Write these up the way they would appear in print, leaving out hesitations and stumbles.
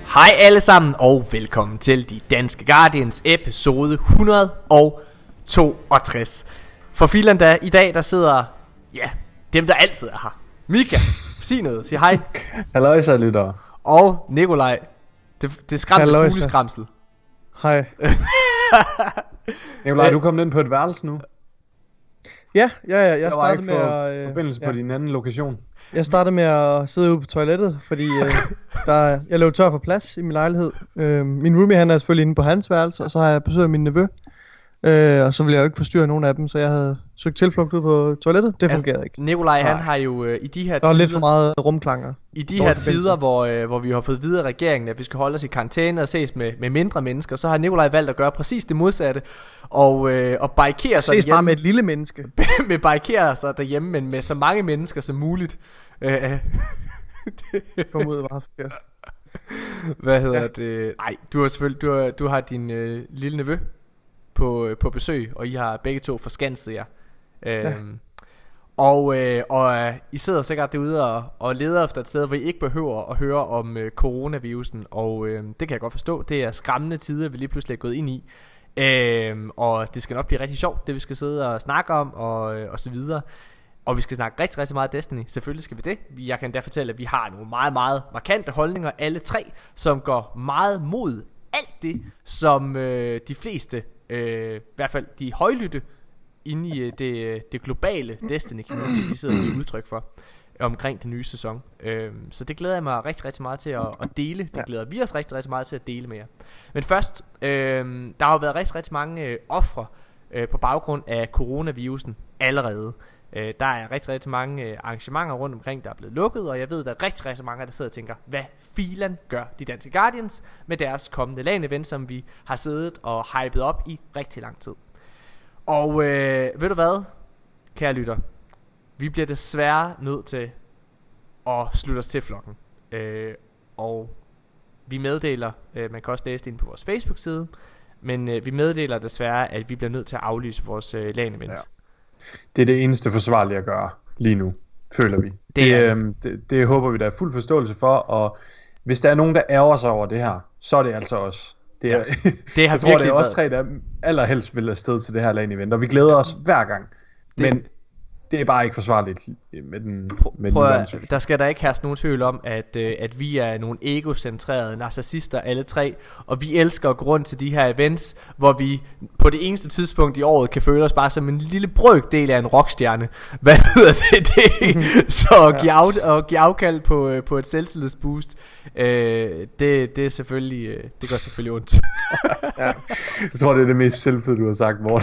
Hej alle sammen og velkommen til De Danske Guardians episode 162. For filen der i dag der sidder, ja, dem der altid er her. Mika, sig noget, sig hej. Halløjsa lytter. Og Nikolaj, det skræmte fugleskramsel. Hej. Nikolaj, du kom ind på et værelse nu. Ja, jeg startede med at forbindelse på din anden lokation. Jeg startede med at sidde ude på toilettet, fordi jeg løb tør for plads i min lejlighed. Min roomie han er selvfølgelig inde på hans værelse, og så har jeg besøgt min nevø. Og så ville jeg jo ikke forstyrre nogen af dem, så jeg havde søgt tilflugt ud på toilettet. Det fungerede ikke. Nikolaj han har jo i de her tider, der var lidt for meget rumklanger. I de her tider, hvor vi har fået videre af regeringen, at vi skal holde os i karantæne og ses med mindre mennesker, så har Nikolaj valgt at gøre præcis det modsatte. Og barrikere sig ses bare med et lille menneske. Med barrikere sig derhjemme, men med så mange mennesker som muligt. Kom ud og var forkert. Hvad hedder det? Nej, du har selvfølgelig du har din lille nevø på besøg, og I har begge to forskanset jer. Og I sidder sikkert derude og leder efter et sted, hvor I ikke behøver at høre om coronavirusen. Og det kan jeg godt forstå. Det er skræmmende tider, vi lige pludselig er gået ind i. Og det skal nok blive rigtig sjovt, det vi skal sidde og snakke om og så videre. Og vi skal snakke rigtig, rigtig meget Destiny. Selvfølgelig skal vi det. Jeg kan da fortælle, at vi har nogle meget, meget markante holdninger, alle tre, som går meget mod alt det, som de fleste, i hvert fald de højlytte inde i det globale Destiny community, de sidder og giver udtryk for omkring den nye sæson. Så det glæder jeg mig rigtig, rigtig meget til at dele. Det glæder vi os rigtig, rigtig meget til at dele med jer. Men først, der har jo været rigtig, rigtig mange ofre på baggrund af coronavirusen allerede. Der er rigtig, rigtig mange arrangementer rundt omkring, der er blevet lukket, og jeg ved, der er rigtig, rigtig mange, der sidder og tænker, hvad filan gør de Danske Guardians med deres kommende LAN-event, som vi har siddet og hypet op i rigtig lang tid. Og ved du hvad, kære lytter, vi bliver desværre nødt til at slutte os til flokken. Og vi meddeler, man kan også læse det inde på vores Facebook-side, men vi meddeler desværre, at vi bliver nødt til at aflyse vores LAN-event. Ja. Det er det eneste forsvarlige at gøre lige nu, føler vi. Det håber vi, der er fuld forståelse for, og hvis der er nogen, der ærger sig over det her, så er det altså os. Det har jeg tror, det er os tre, der allerhelst vil afsted til det her LAN-event, og vi glæder os hver gang. Men det er bare ikke forsvarligt med den der skal der ikke herske nogen tvivl om, at vi er nogle egocentrerede narcissister alle tre, og vi elsker at gå rundt til de her events, hvor vi på det eneste tidspunkt i året kan føle os bare som en lille brøkdel af en rockstjerne. Hvad hedder det? Så at give afkald på et selvtillidsboost, det er selvfølgelig, det gør selvfølgelig ondt. Ja. Jeg tror, det er det mest selvfede, du har sagt, Morten.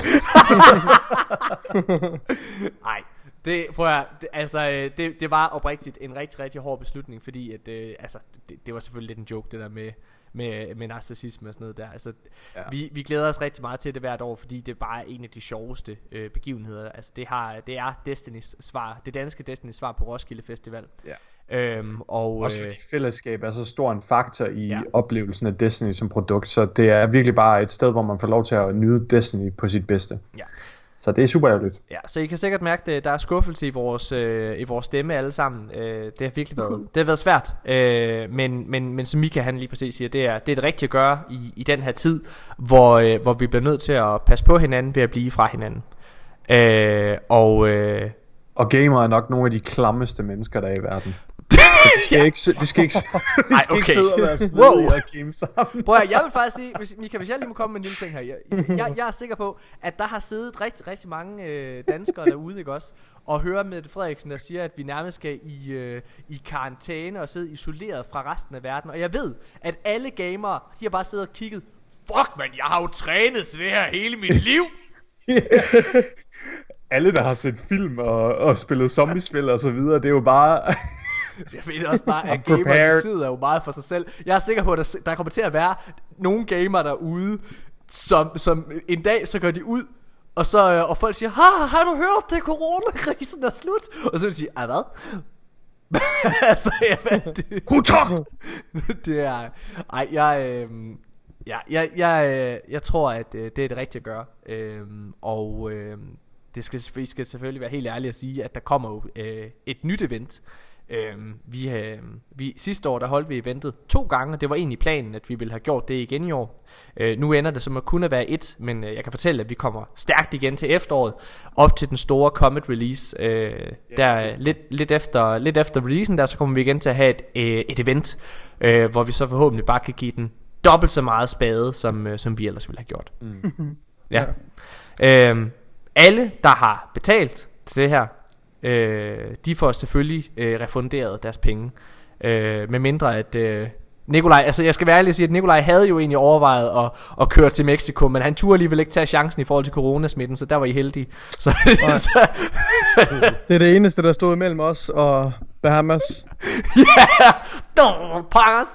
Nej. Det var oprigtigt en rigtig, rigtig hård beslutning, fordi at, det var selvfølgelig lidt en joke, det der med narcissisme og sådan noget der. Altså, vi glæder os rigtig meget til det hvert år, fordi det er bare en af de sjoveste begivenheder. Altså, det er Destinys svar, det danske Destinys svar på Roskilde Festival. Ja. Også fordi fællesskab er så stor en faktor i oplevelsen af Destiny som produkt, så det er virkelig bare et sted, hvor man får lov til at nyde Destiny på sit bedste. Ja. Så det er super ærgerligt. Ja, så I kan sikkert mærke, at der er skuffelse i vores stemme alle sammen. Det har virkelig været svært. Men som Mika han lige præcis siger, det er det rigtige at gøre i den her tid, hvor vi bliver nødt til at passe på hinanden ved at blive fra hinanden. Og gamer er nok nogle af de klammeste mennesker, der er i verden. Vi skal ikke sidde og være svedige og game sammen. Prøv at, jeg vil faktisk sige, hvis jeg lige må komme med en lille ting her. Jeg er sikker på, at der har siddet rigtig, rigtig mange danskere derude, ikke også? Og høre Mette Frederiksen, der siger, at vi nærmest skal i karantæne og sidde isoleret fra resten af verden. Og jeg ved, at alle gamere, de har bare siddet og kigget, fuck man, jeg har jo trænet til det her hele mit liv. Alle, der har set film og spillet zombiespil og så videre, det er jo bare... Jeg ved også bare, at gamer de sidder jo meget for sig selv. Jeg er sikker på, at der kommer til at være nogle gamer derude, som en dag så går de ud, og folk siger, har du hørt det, coronakrisen er slut? Og så vil de sige, hvad? Altså, det er... Ej, jeg tror, at det er det rigtige at gøre. Vi skal selvfølgelig være helt ærlige at sige, at der kommer jo et nyt event Vi sidste år der holdt vi eventet 2 gange, og det var egentlig planen, at vi ville have gjort det igen i år. Nu ender det som at kun at være 1, men jeg kan fortælle, at vi kommer stærkt igen til efteråret, op til den store Comet release. Der lidt efter releasen der, så kommer vi igen til at have et event, hvor vi så forhåbentlig bare kan give den dobbelt så meget spade, som vi ellers ville have gjort. Ja. Alle der har betalt til det her, de får selvfølgelig refunderet deres penge, med mindre at Nikolaj, altså jeg skal være ærlig og sige, at Nikolaj havde jo egentlig overvejet at køre til Mexico, men han turde alligevel ikke tage chancen i forhold til coronasmitten, så der var I heldige. Så det er det eneste, der stod mellem os og Bahamas. Ja, Paras.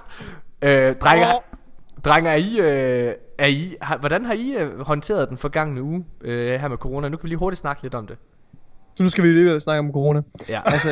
Drenge, hvordan har I håndteret den forgangne uge her med corona? Nu kan vi lige hurtigt snakke lidt om det. Så nu skal vi lige snakke om corona. Ja. Altså,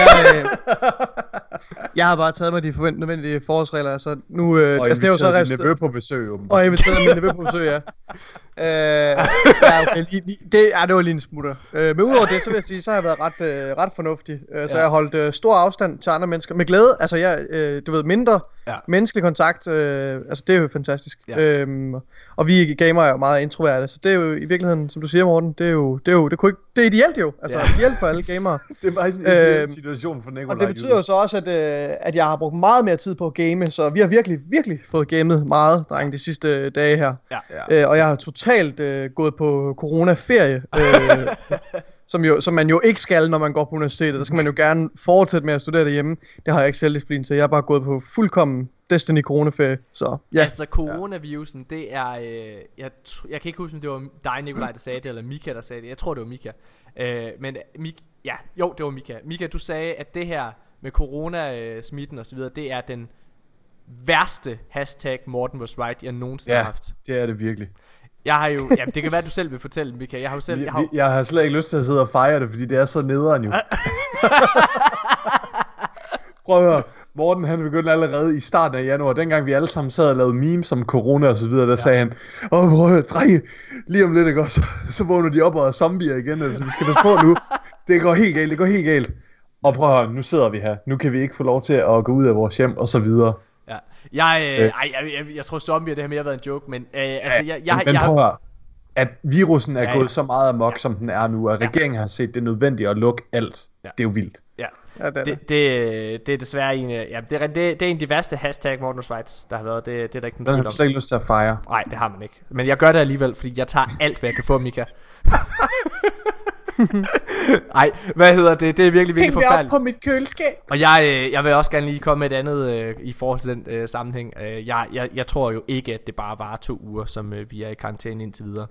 jeg har bare taget mig de nødvendige forholdsregler, så nu... og altså, det er jo så din nevø på besøg, åbenbart. Og jeg vil tage min nevø på besøg, ja. Okay, det var lige en smutter. Men udover det, så vil jeg sige, så har jeg været ret fornuftig. Så jeg har holdt stor afstand til andre mennesker. Med glæde, altså du ved, mindre menneskelig kontakt. Altså det er jo fantastisk. Ja. Og vi gamere er jo meget introverte, så det er jo i virkeligheden, som du siger, Morten, det er ideelt jo. Altså ideelt for alle gamere. Det er faktisk en ideel situation for Nikolaj. Og det betyder jo så også, at jeg har brugt meget mere tid på at game, så vi har virkelig fået gamet meget, drenge, de sidste dage her. Ja. Og jeg har totalt gået på coronaferie, som man jo ikke skal, når man går på universitetet. Der skal man jo gerne fortsætte med at studere derhjemme. Det har jeg ikke selv disciplin til. Jeg har bare gået på fuldkommen Destiny coronaferie. Så ja. Altså coronavirusen, det er jeg kan ikke huske, om det var dig, Nikolaj, der sagde det, eller Mika, der sagde det. Jeg tror det var Mika. Men det var Mika. Mika, du sagde, at det her med coronasmitten og så videre, det er den værste hashtag Morten was right, jeg nogensinde har haft. Det er det virkelig. Jeg har jo, det kan være du selv vil fortælle, Mika. Jeg har slet ikke lyst til at sidde og fejre det, fordi det er så nederen jo. Prøv at høre. Morten han begyndte allerede i starten af januar, dengang vi alle sammen sad og lavede memes om corona og så videre, der sagde han, prøv at høre, drenge, lige om lidt, ikke også, så vågner de op og er zombier igen, altså vi skal passe på nu, det går helt galt. Og prøv at høre, nu sidder vi her, nu kan vi ikke få lov til at gå ud af vores hjem og så videre. Ja. Jeg tror zombier, det har mere været en joke, men men prøv at høre, at virusen er gået så meget amok, som den er nu, at regeringen har set det nødvendigt at lukke alt. Det er jo vildt. Ja. Det er desværre en det er en af de værste hashtag Morten Schweiz der har været. Det er der ikke nogen tvivl om. Den har slet ikke lyst til at fejre. Nej, det har man ikke. Men jeg gør det alligevel, fordi jeg tager alt hvad jeg kan få, Mika. Ej, hvad hedder det? Det er virkelig forfærdeligt. Hæng op på mit køleskab. Og jeg vil også gerne lige komme med et andet i forhold til den sammenhæng. Jeg tror jo ikke, at det bare var 2 uger, som vi er i karantæne indtil videre.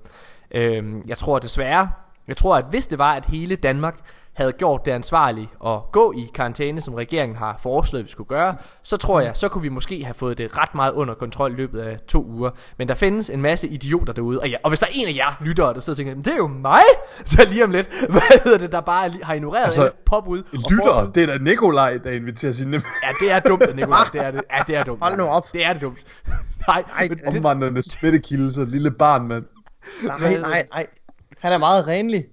Jeg tror, at hvis det var, at hele Danmark havde gjort det ansvarligt at gå i karantæne, som regeringen har foreslået, vi skulle gøre, så tror jeg, så kunne vi måske have fået det ret meget under kontrol i løbet af 2 uger. Men der findes en masse idioter derude, og hvis der er en af jer lyttere, der sidder og tænker, det er jo mig, så lige om lidt, der bare har ignoreret altså, påbud. Lyttere, det er da Nikolaj, der inviterer sine. Ja, det er dumt, Nikolaj, det er det. Ja, det er dumt. Hold nu op. Det er det dumt. Nej, omvandrende smittekilde, så et lille barn, mand. Nej. Han er meget renlig.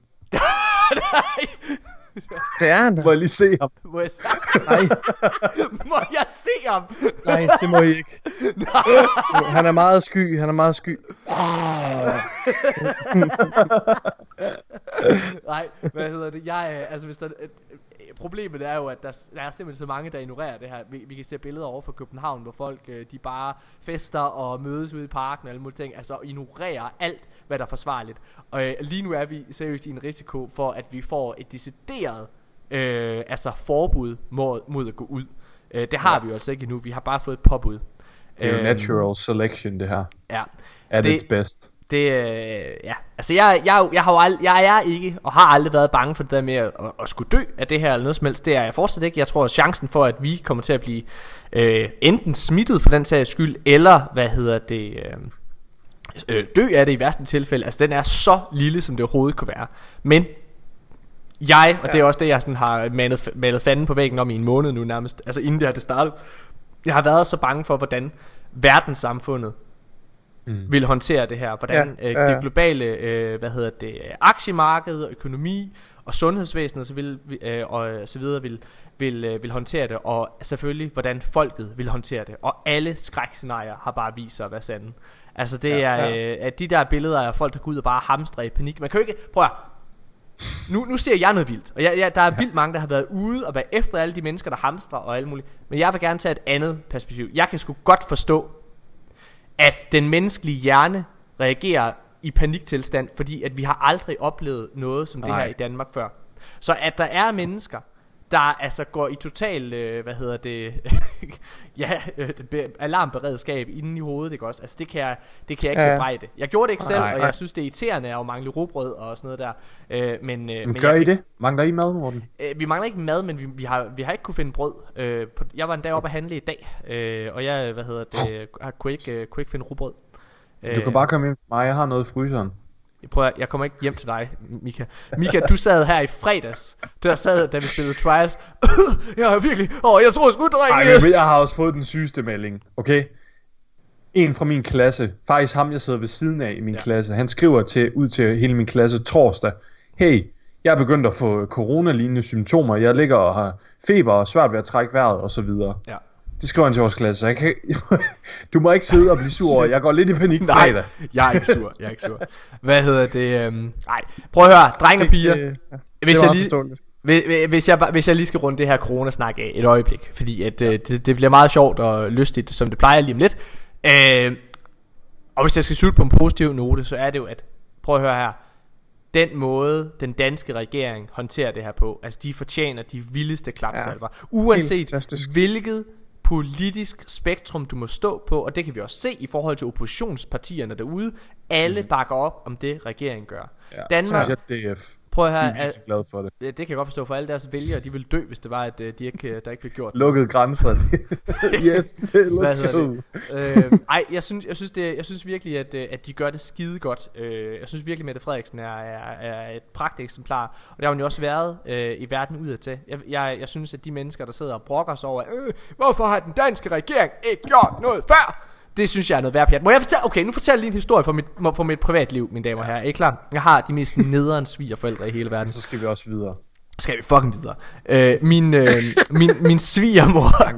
Det er han. Må jeg lige se ham? Nej. Må jeg se ham? Nej, det må I ikke. Han er meget sky. Nej, hvad hedder det? Hvis der problemet er jo, at der er simpelthen så mange, der ignorerer det her. Vi kan se billeder over fra København, hvor folk de bare fester og mødes ude i parken og alle mulige ting. Altså ignorerer alt, hvad der er forsvarligt. Og lige nu er vi seriøst i en risiko for, at vi får et decideret forbud mod at gå ud. Det har vi jo altså ikke endnu. Vi har bare fået et påbud. Det er jo natural selection, det her. Ja. At its best. Altså jeg er ikke og har aldrig været bange for det der med at skulle dø af det her eller noget som helst. Det er jeg fortsat ikke. Jeg tror at chancen for at vi kommer til at blive enten smittet for den sags skyld, eller dø af det i værste tilfælde, altså den er så lille som det overhovedet kunne være. Men og det er også det jeg sådan har malet fanden på væggen om i en måned nu nærmest, altså inden det startede. Jeg har været så bange for hvordan verdenssamfundet vil håndtere det her. Hvordan det globale aktiemarked, økonomi og sundhedsvæsenet og så videre vil håndtere det, og selvfølgelig hvordan folket vil håndtere det. Og alle skrækscenarier har bare vist sig at være sande. Altså det er de der billeder af folk der går ud og bare hamstrer i panik. Man kan jo ikke, prøv at nu ser jeg noget vildt. Og der er vildt mange der har været ude og været efter alle de mennesker der hamstrer og alt muligt. Men jeg vil gerne tage et andet perspektiv. Jeg kan sgu godt forstå at den menneskelige hjerne reagerer i paniktilstand, fordi at vi har aldrig oplevet noget som det her i Danmark før. Så at der er mennesker der altså går i total alarmberedskab inde i hovedet, ikke også? Altså det kan jeg ikke bebrejde. Jeg gjorde det ikke selv, og jeg synes det er irriterende at mangle rugbrød og sådan noget der. Men gør I det? Mangler I mad, Morten? Vi mangler ikke mad, men vi har ikke kunne finde brød. Jeg var en dag oppe at handle i dag, og jeg kunne ikke finde rugbrød. Du kan bare komme hjem til mig, jeg har noget i fryseren. Jeg kommer ikke hjem til dig, Mika. Mika, du sad her i fredags. Da vi spillede Trials. Jeg har virkelig... jeg tror sgu, drenge. Jeg har også fået den sygeste melding. Okay? En fra min klasse, faktisk ham jeg sidder ved siden af i min klasse, han skriver ud til hele min klasse torsdag: hey, jeg er begyndt at få corona-lignende symptomer. Jeg ligger og har feber og svært ved at trække vejret og så videre. Ja. Det skriver han til vores klasse. Du må ikke sidde og blive sur. Jeg går lidt i panik. Nej, jeg er ikke sur. Hvad hedder det? Nej, prøv at høre, drenge og piger. Hvis jeg lige skal runde det her coronasnak af et øjeblik, fordi at det bliver meget sjovt og lystigt, som det plejer lige om lidt. Og hvis jeg skal slutte på en positiv note, så er det jo at, prøv at høre her, den måde den danske regering håndterer det her på, altså de fortjener de vildeste klapsalver, uanset hvilket politisk spektrum du må stå på. Og det kan vi også se i forhold til oppositionspartierne derude. Alle bakker op om det regeringen gør. Danmark, prøv at høre, jeg er glad for det. Det kan jeg godt forstå, for alle deres vælgere, de vil dø, hvis det var at der ikke blev gjort lukket grænser. Yes, let's go. Jeg synes virkelig at de gør det skide godt. Jeg synes virkelig Mette Frederiksen er et pragteksemplar, og det har hun jo også været i verden udadtil. Jeg synes at de mennesker der sidder og brokker sig over hvorfor har den danske regering ikke gjort noget før? Det synes jeg er noget værd pjat. Må jeg fortælle? Okay, nu fortæller jeg lige en historie fra mit privatliv, mine damer og herrer. Er I klar? Jeg har de mest nederen svigerforældre i hele verden. Så skal vi også videre. Skal vi fucking videre. Min svigermor.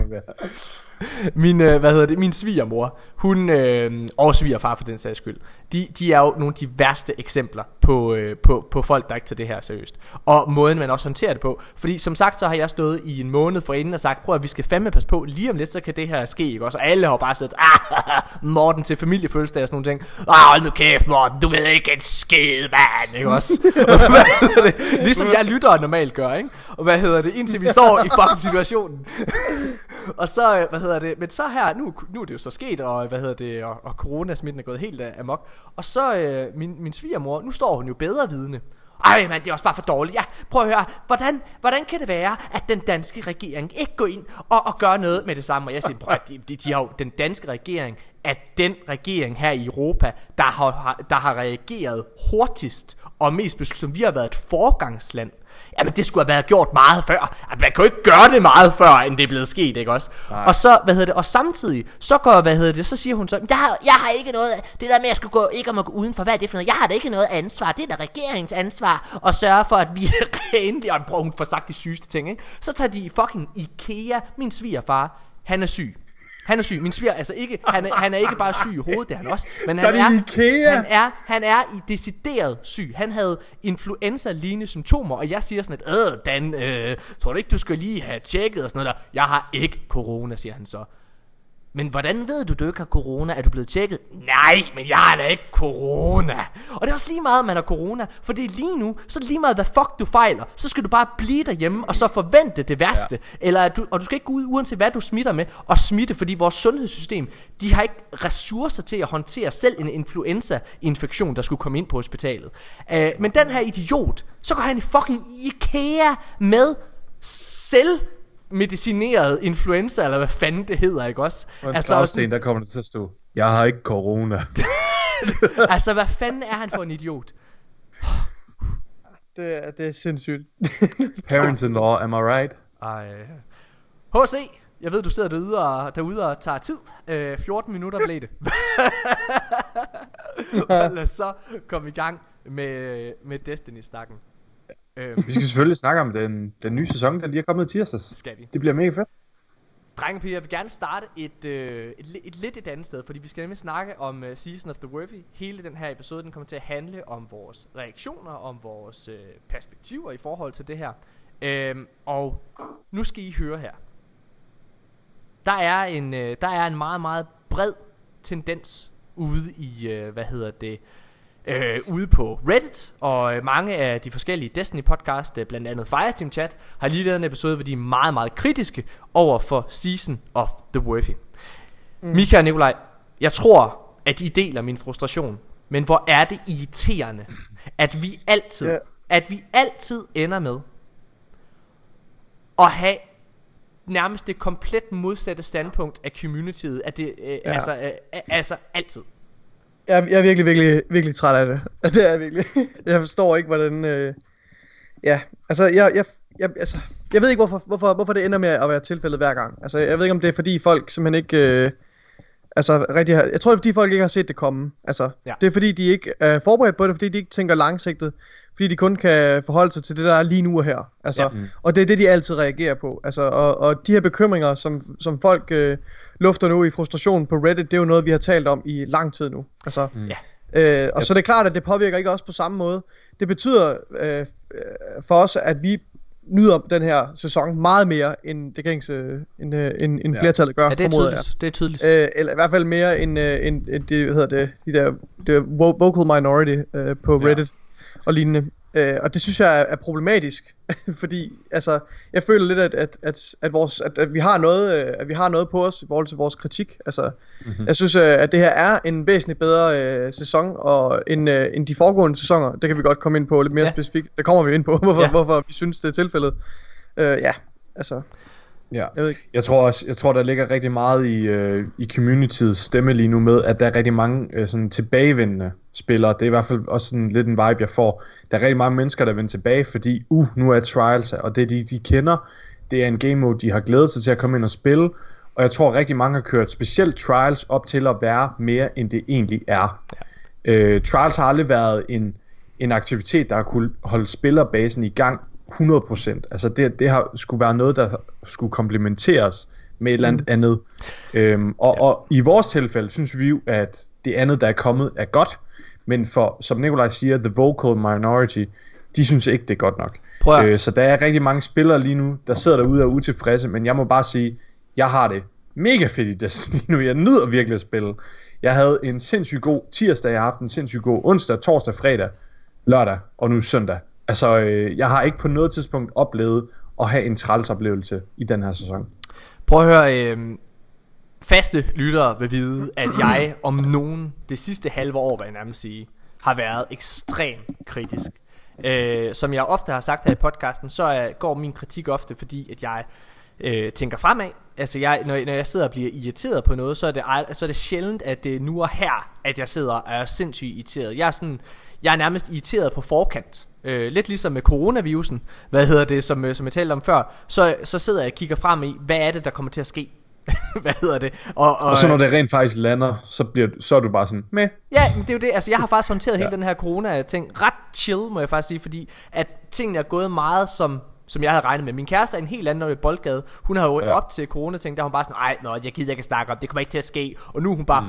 Min svigermor, hun og svigerfar for den sags skyld, de er jo nogle af de værste eksempler på folk der ikke tager det her seriøst. Og måden man også håndterer det på. Fordi som sagt så har jeg stået i en måned forinden og sagt, prøv at vi skal fandme passe på, lige om lidt så kan det her ske, ikke også? Og alle har bare sagt Morten til familiefødselsdag og sådan nogle ting. Hold nu kæft Morten, du ved ikke en skid mand, ikke også? Ligesom jeg lytter normalt gør, ikke? Og indtil vi står i fucking situationen. Og så men så her nu er det jo så sket, og og coronasmitten er gået helt amok. Og så min svigermor, nu står hun jo bedre vidne. Ej mand, det er også bare for dårligt. Ja, prøv at høre, hvordan kan det være at den danske regering ikke går ind og gør noget med det samme? Og jeg siger, prøv at de har jo, den danske regering at den regering her i Europa der har reageret hurtigst og mest beslutsomt. Vi har været et foregangsland. Jamen det skulle have været gjort meget før. Man kan jo ikke gøre det meget før end det er blevet sket, ikke også? Nej. Og så og samtidig så går så siger hun så, jeg har ikke noget, det der med at skulle gå ikke om at gå udenfor, hvad er det for noget? Jeg har da ikke noget ansvar. Det er da regeringens ansvar at sørge for at vi endelig, og hun får sagt de sygeste ting, ikke? Så tager de fucking IKEA. Min svigerfar, han er syg. Min sviger, altså ikke, han er ikke bare syg i hovedet, det er han også, men han er i decideret syg. Han havde influenza-lignende symptomer, og jeg siger sådan et, Dan, tror du ikke du skal lige have tjekket og sådan noget der? Jeg har ikke corona, siger han så. Men hvordan ved du ikke har corona? Er du blevet tjekket? Nej, men jeg har da ikke corona. Og det er også lige meget, man har corona. For det er lige nu, så er det lige meget, hvad fuck du fejler. Så skal du bare blive derhjemme, og så forvente det værste. Ja. Eller og du skal ikke gå ud, uanset hvad du smitter med, og smitte. Fordi vores sundhedssystem, de har ikke ressourcer til at håndtere selv en influenza-infektion, der skulle komme ind på hospitalet. Men den her idiot, så går han i fucking IKEA med medicineret influenza, eller hvad fanden det hedder, ikke også? Altså der kommer det til at stå, jeg har ikke corona. Altså hvad fanden er han for en idiot? Det er sindssygt. Parents-in-law, am I right? HC, Jeg ved, du sidder derude og tager tid. 14 minutter blev det. Lad os så komme i gang med Destiny-snakken. Vi skal selvfølgelig snakke om den nye sæson, der lige er kommet i tirsdags. Skal vi. Det bliver mega fedt. Drengepiger, jeg vil gerne starte et andet sted, fordi vi skal nemlig snakke om Season of the Worthy. Hele den her episode, den kommer til at handle om vores reaktioner, om vores perspektiver i forhold til det her. Og nu skal I høre her. Der er en meget, meget bred tendens ude i, ude på Reddit, og mange af de forskellige Destiny podcast, blandt andet Fireteam Chat, har lige lavet en episode, hvor de er meget, meget kritiske over for Season of the Worthy. Mika og Nikolaj, jeg tror, at I deler min frustration, men hvor er det irriterende, at vi altid ender med at have nærmest det komplet modsatte standpunkt af communityet, at det altså altid. Jeg er virkelig, virkelig, virkelig træt af det. Det er jeg virkelig. Jeg forstår ikke, hvordan... jeg ved ikke, hvorfor det ender med at være tilfældet hver gang. Altså, jeg ved ikke, om det er fordi folk simpelthen ikke... rigtig har... Jeg tror, det er fordi folk ikke har set det komme. Altså, det er fordi, de ikke er forberedt på det, fordi de ikke tænker langsigtet. Fordi de kun kan forholde sig til det, der er lige nu og her. Altså, og det er det, de altid reagerer på. Altså, og de her bekymringer, som folk lufter nu i frustration på Reddit, det er jo noget, vi har talt om i lang tid nu. Altså, og så det er klart, at det påvirker ikke os på samme måde. Det betyder for os, at vi nyder den her sæson meget mere end det gængse end flertallet gør. Ja, det er tydeligt. Eller i hvert fald mere end de der vocal minority på Reddit og lignende. Og det synes jeg er problematisk, fordi altså jeg føler lidt at vi har noget på os i forhold til vores kritik. Altså jeg synes at det her er en væsentligt bedre sæson end de foregående sæsoner. Det kan vi godt komme ind på lidt mere specifikt. Der kommer vi ind på hvorfor vi synes det er tilfældet. Ja, jeg tror der ligger rigtig meget i communityets stemme lige nu med, at der er rigtig mange sådan tilbagevendende spillere. Det er i hvert fald også sådan lidt en vibe jeg får. Der er rigtig mange mennesker der vender tilbage, fordi nu er Trials, og det de kender, det er en game mode de har glædet sig til at komme ind og spille. Og jeg tror rigtig mange har kørt specielt Trials op til at være mere end det egentlig er. Trials har aldrig været en aktivitet der har kunne holde spillerbasen i gang 100%. Altså det har skulle være noget der skulle komplementeres med et eller andet. Og i vores tilfælde synes vi jo at det andet der er kommet er godt, men for som Nikolaj siger, the vocal minority, de synes ikke det er godt nok. Så der er rigtig mange spillere lige nu der sidder derude og er utilfredse, men jeg må bare sige, jeg har det mega fedt i Destiny nu. Jeg nyder virkelig at spille. Jeg havde en sindssygt god tirsdag, jeg har haft en sindssygt god onsdag, torsdag, fredag, lørdag og nu søndag. Altså, jeg har ikke på noget tidspunkt oplevet at have en træls oplevelse i den her sæson. Prøv at høre, faste lyttere vil vide, at jeg om nogen det sidste halve år, hvad jeg nærmest sige, har været ekstremt kritisk. Som jeg ofte har sagt her i podcasten, så går min kritik ofte, fordi at jeg tænker fremad. Altså når jeg sidder og bliver irriteret på noget, så er det sjældent, at det er nu og her, at jeg sidder og er sindssygt irriteret. Jeg er nærmest irriteret på forkant. Lidt ligesom med coronavirusen, som jeg talte om før, så sidder jeg og kigger frem i, hvad er det der kommer til at ske. Og så når det rent faktisk lander, så er du bare sådan med. Ja, men det er jo det. Altså jeg har faktisk håndteret hele den her corona ting ret chill, må jeg faktisk sige, fordi at tingene er gået meget som jeg havde regnet med. Min kæreste er en helt anden boldgade. Hun har jo op til corona-ting, der hun bare sådan, jeg gider ikke snakke om, det kommer ikke til at ske. Og nu er hun bare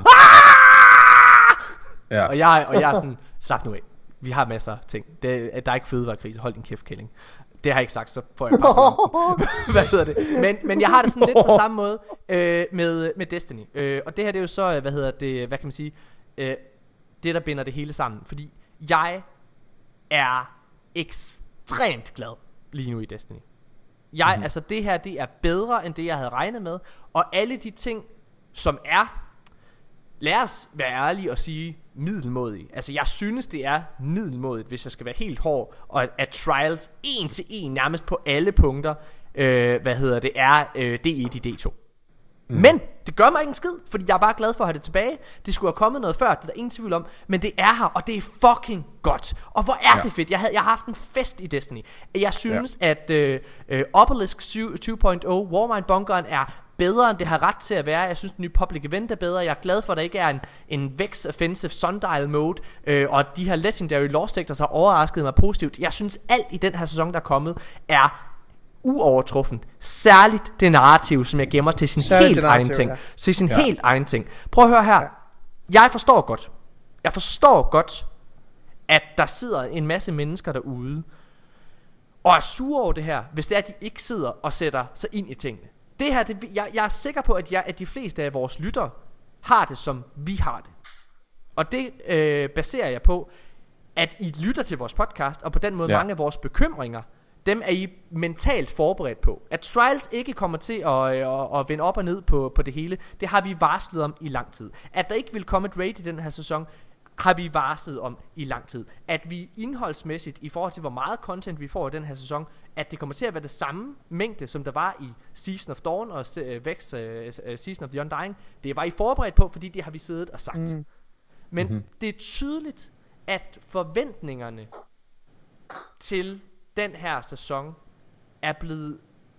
og jeg er sådan, slap nu af. Vi har masser af ting. Der er ikke fødevarekrise. Hold din kæft, kælling. Det har jeg ikke sagt, så får jeg bare men jeg har det sådan lidt på samme måde med Destiny. Og det her det er jo så, hvad kan man sige, det der binder det hele sammen. Fordi jeg er ekstremt glad lige nu i Destiny. Altså det her, det er bedre end det jeg havde regnet med. Og alle de ting som er, lad os være ærlige og sige, middelmådige. Altså jeg synes det er middelmådigt, hvis jeg skal være helt hård, og at Trials 1-1 nærmest på alle punkter er D1 i D2. Men det gør mig ikke en skid, fordi jeg er bare glad for at have det tilbage. Det skulle have kommet noget før, det er der ingen tvivl om, men det er her, og det er fucking godt. Og hvor er det fedt. Jeg har haft en fest i Destiny. Jeg synes at Obelisk 2.0 Warmind bunkeren er bedre end det har ret til at være. Jeg synes den nye Public Event er bedre. Jeg er glad for at der ikke er en Vex Offensive Sundial mode, og de her Legendary Lost Sectors har overrasket mig positivt. Jeg synes alt i den her sæson der er kommet er uovertruffen. Særligt det narrativ, som jeg gemmer til sin helt egen ting. Til sin helt egen ting. Prøv at høre her. Jeg forstår godt at der sidder en masse mennesker derude og er sure over det her, hvis det er at de ikke sidder og sætter sig ind i tingene. Det her, jeg er sikker på at de fleste af vores lyttere har det som vi har det. Og det baserer jeg på at I lytter til vores podcast, og på den måde mange af vores bekymringer, dem er I mentalt forberedt på. At Trials ikke kommer til at vende op og ned på det hele, det har vi varslet om i lang tid. At der ikke vil komme et raid i den her sæson, har vi varslet om i lang tid. At vi indholdsmæssigt, i forhold til hvor meget content vi får i den her sæson, at det kommer til at være det samme mængde, som der var i Season of Dawn og Vex Season of the Undying. Det var I forberedt på, fordi det har vi siddet og sagt. Men det er tydeligt, at forventningerne til den her sæson er blevet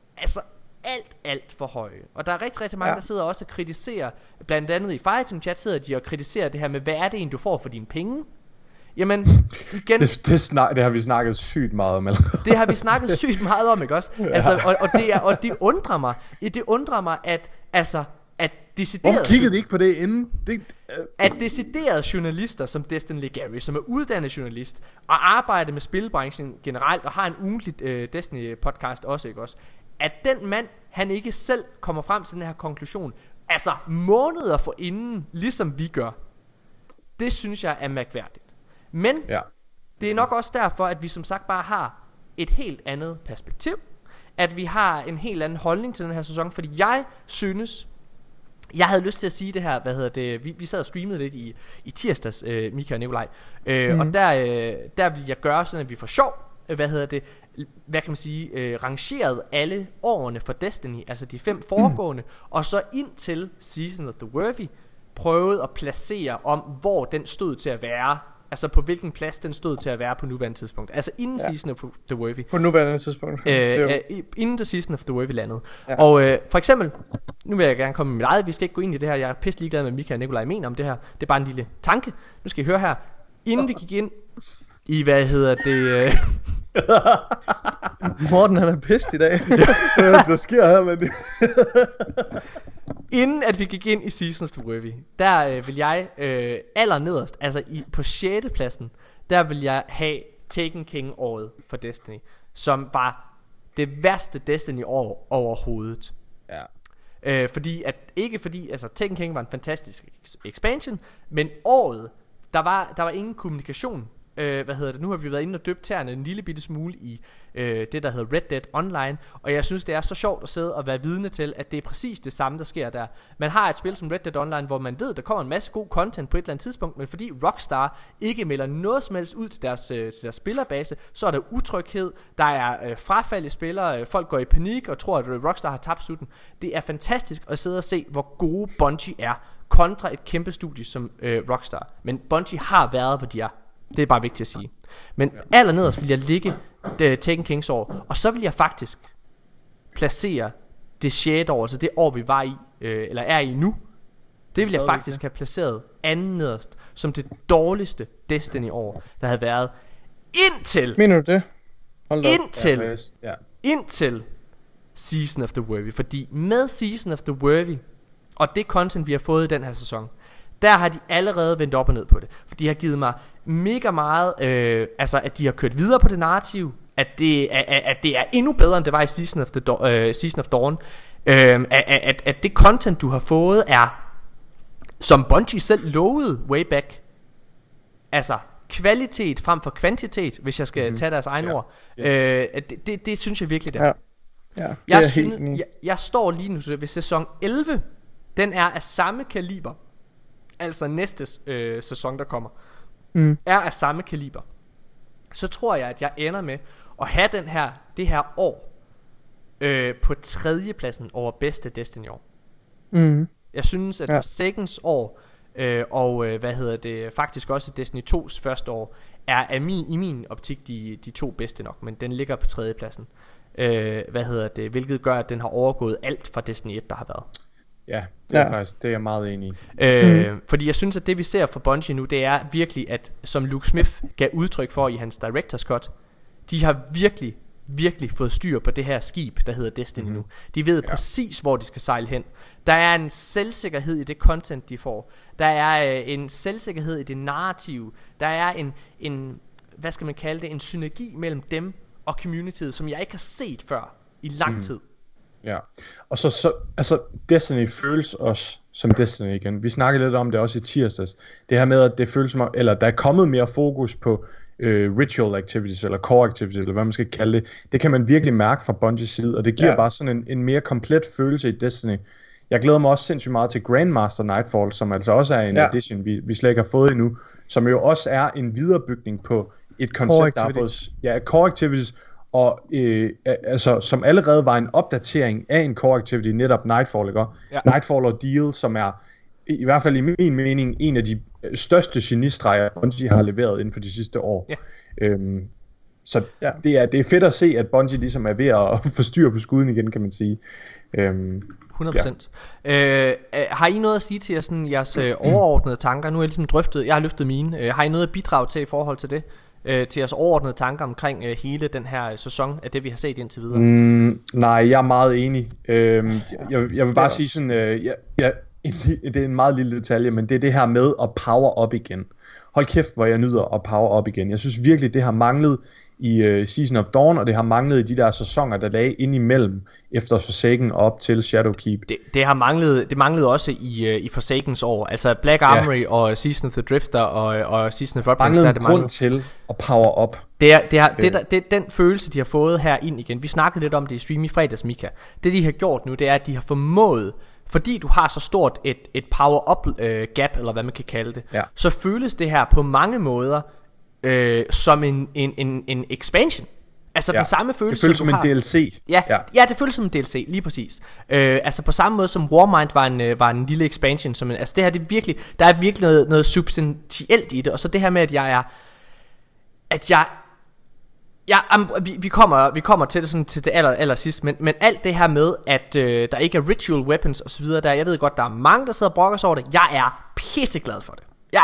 alt for høje. Og der er rigtig mange der sidder også og kritiserer, blandt andet i Fireteam Chat sidder de og kritiserer det her med, hvad er det egentlig du får for dine penge? Jamen igen, det har vi snakket sygt meget om. Det har vi snakket sygt meget om, ikke også? Altså, og det undrer mig at decideret, hvorfor kiggede de ikke på det inden? At deciderede journalister som Destin Legary, som er uddannet journalist og arbejder med spilbranchen generelt og har en ugentlig Destiny podcast også, ikke også? At den mand, han ikke selv kommer frem til den her konklusion, altså måneder forinden, ligesom vi gør. Det synes jeg er mærkværdigt. Men det er nok også derfor, at vi som sagt bare har et helt andet perspektiv. At vi har en helt anden holdning til den her sæson. Fordi jeg synes, jeg havde lyst til at sige det her, vi sad og streamede lidt i tirsdags, Mika og Nikolaj. Og der vil jeg gøre sådan, at vi får sjov, hvad kan man sige, rangeret alle årene for Destiny, altså de 5 foregående, og så indtil Season of the Worthy prøvede at placere om, hvor den stod til at være, altså på hvilken plads den stod til at være på nuværende tidspunkt. Altså inden Season of the Worthy. På nuværende tidspunkt. Inden the Season of the Worthy landede. Og for eksempel, nu vil jeg gerne komme med mit eget, vi skal ikke gå ind i det her, jeg er pisse ligeglad med Mika og Nikolaj mener om det her. Det er bare en lille tanke. Nu skal I høre her. Inden vi gik ind i, Morten han er pist i dag. Der sker her med det. Inden at vi gik ind i Season of the Worthy, der vil jeg allernederst, altså på 6. pladsen, der vil jeg have Taken King året for Destiny, som var det værste Destiny år overhovedet. Fordi altså Taken King var en fantastisk expansion, men året der var ingen kommunikation. Nu har vi været inde og døbt tæerne en lille bitte smule i det der hedder Red Dead Online, og jeg synes det er så sjovt at sidde og være vidne til, at det er præcis det samme der sker der. Man har et spil som Red Dead Online, hvor man ved der kommer en masse god content på et eller andet tidspunkt, men fordi Rockstar ikke melder noget som helst ud til deres spillerbase, så er der utryghed, der er frafald i spillere, folk går i panik og tror at Rockstar har tabt sutten. Det er fantastisk at sidde og se hvor gode Bungie er kontra et kæmpe studie som Rockstar. Men Bungie har været hvor de er. Det er bare vigtigt at sige. Men allernederst vil jeg ligge Taken Kings år, og så vil jeg faktisk placere det 6. år, altså det år vi var i, eller er i nu. Det vil jeg faktisk have placeret anden nederst som det dårligste Destiny år der havde været indtil. Mener du det? Indtil Season of the Worthy. Fordi med Season of the Worthy og det content vi har fået i den her sæson, der har de allerede vendt op og ned på det. For de har givet mig mega meget, at de har kørt videre på det narrativ, at det er endnu bedre end det var i Season of Dawn. At det content du har fået er, som Bungie selv lovede way back, altså kvalitet frem for kvantitet, hvis jeg skal tage deres egen ord. Det synes jeg virkelig det er. Jeg står lige nu ved sæson 11. Den er af samme kaliber, altså næste sæson der kommer, er af samme kaliber. Så tror jeg at jeg ender med at have det her år på 3. pladsen over bedste Destiny år. Jeg synes at Forsakens år og faktisk også Destiny 2's første år er i min optik de 2 bedste nok, men den ligger på 3. pladsen. hvilket gør, at den har overgået alt fra Destiny 1, der har været. Ja, det er faktisk, det er jeg meget enig i. Fordi jeg synes, at det vi ser fra Bungie nu, det er virkelig, at som Luke Smith gav udtryk for i hans Director's Cut, de har virkelig fået styr på det her skib, der hedder Destiny nu. De ved præcis, hvor de skal sejle hen. Der er en selvsikkerhed i det content, de får. Der er en selvsikkerhed i det narrative. Der er en hvad skal man kalde det, en synergi mellem dem og communityet, som jeg ikke har set før i lang tid. Ja, og så altså Destiny føles også som Destiny igen. Vi snakkede lidt om det også i tirsdags. Det her med, at det føles som, eller der er kommet mere fokus på ritual activities, eller core activities, eller hvad man skal kalde det. Det kan man virkelig mærke fra Bungies side, og det giver bare sådan en mere komplet følelse i Destiny. Jeg glæder mig også sindssygt meget til Grandmaster Nightfall, som altså også er en edition, vi slet ikke har fået endnu, som jo også er en viderebygning på et koncept, der har fået core activities, og altså, som allerede var en opdatering af en core activity, netop Nightfall, ikke? Ja. Nightfall og Deal, som er i hvert fald i min mening en af de største genistreger, Bungie har leveret inden for de sidste år. Ja. Så det er fedt at se, at Bungie ligesom er ved at få styr på skuden igen, kan man sige. 100%. Har I noget at sige til sådan, jeres overordnede tanker? Nu er jeg ligesom drøftet, jeg har løftet mine. Har I noget at bidrage til i forhold til det? Til jeres overordnede tanker omkring hele den her sæson af det vi har set indtil videre? Nej, jeg er meget enig. Jeg vil bare sige sådan, det er en meget lille detalje, men det er det her med at power op igen. Hold kæft, hvor jeg nyder at power op igen. Jeg synes virkelig, det har manglet i Season of Dawn, og det har manglet i de der sæsoner, der lagde ind imellem efter Forsaken og op til Shadowkeep. Det manglede også i Forsakens år. Altså Black Armory og Season of the Drifter og Season of Bloodborne. Manglede en grund til at power op. Det er den følelse, de har fået her ind igen. Vi snakkede lidt om det i stream i fredags, Mika. Det de har gjort nu, det er, at de har formået, fordi du har så stort et power-up gap, eller hvad man kan kalde det, så føles det her på mange måder som en expansion. Altså den samme følelse, det føles som en DLC. Ja, det føles som en DLC, lige præcis. Altså på samme måde som Warmind var en lille expansion, altså det her, det er virkelig, der er virkelig noget substantielt i det. Og så det her med, vi kommer til det sådan til det aller sidst, men alt det her med at der ikke er ritual weapons og så videre, jeg ved godt, der er mange der sidder og brokker sig over det. Jeg er pisseglad for det.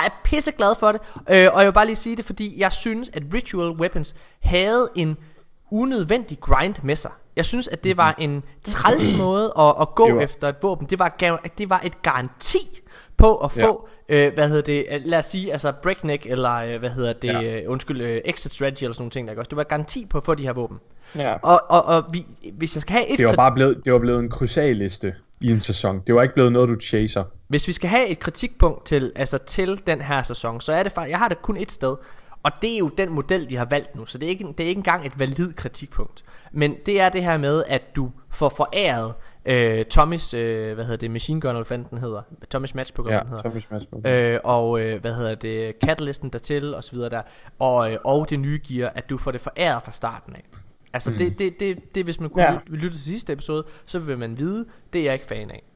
Og jeg vil bare lige sige det, fordi jeg synes, at ritual weapons havde en unødvendig grind med sig. Jeg synes, at det var en træls måde at gå efter et våben. Det var et garanti på at få lad os sige, altså breakneck eller exit strategy eller sådan nogle ting der. Det var garanti på at få de her våben. Ja. Og hvis jeg skal have et, det var blevet en krysalliste i en sæson. Det var ikke blevet noget du chaser. Hvis vi skal have et kritikpunkt til den her sæson, så er det faktisk, jeg har det kun et sted, og det er jo den model de har valgt nu. Så det er ikke engang et valid kritikpunkt. Men det er det her med at du får foræret Tommys machine gun, eller hvad den hedder, Tommys matchbook, og catalysten dertil og så videre der, og det nye gear, at du får det foræret fra starten af. Altså det hvis man kunne lytte til sidste episode, så vil man vide, det er jeg ikke fan af.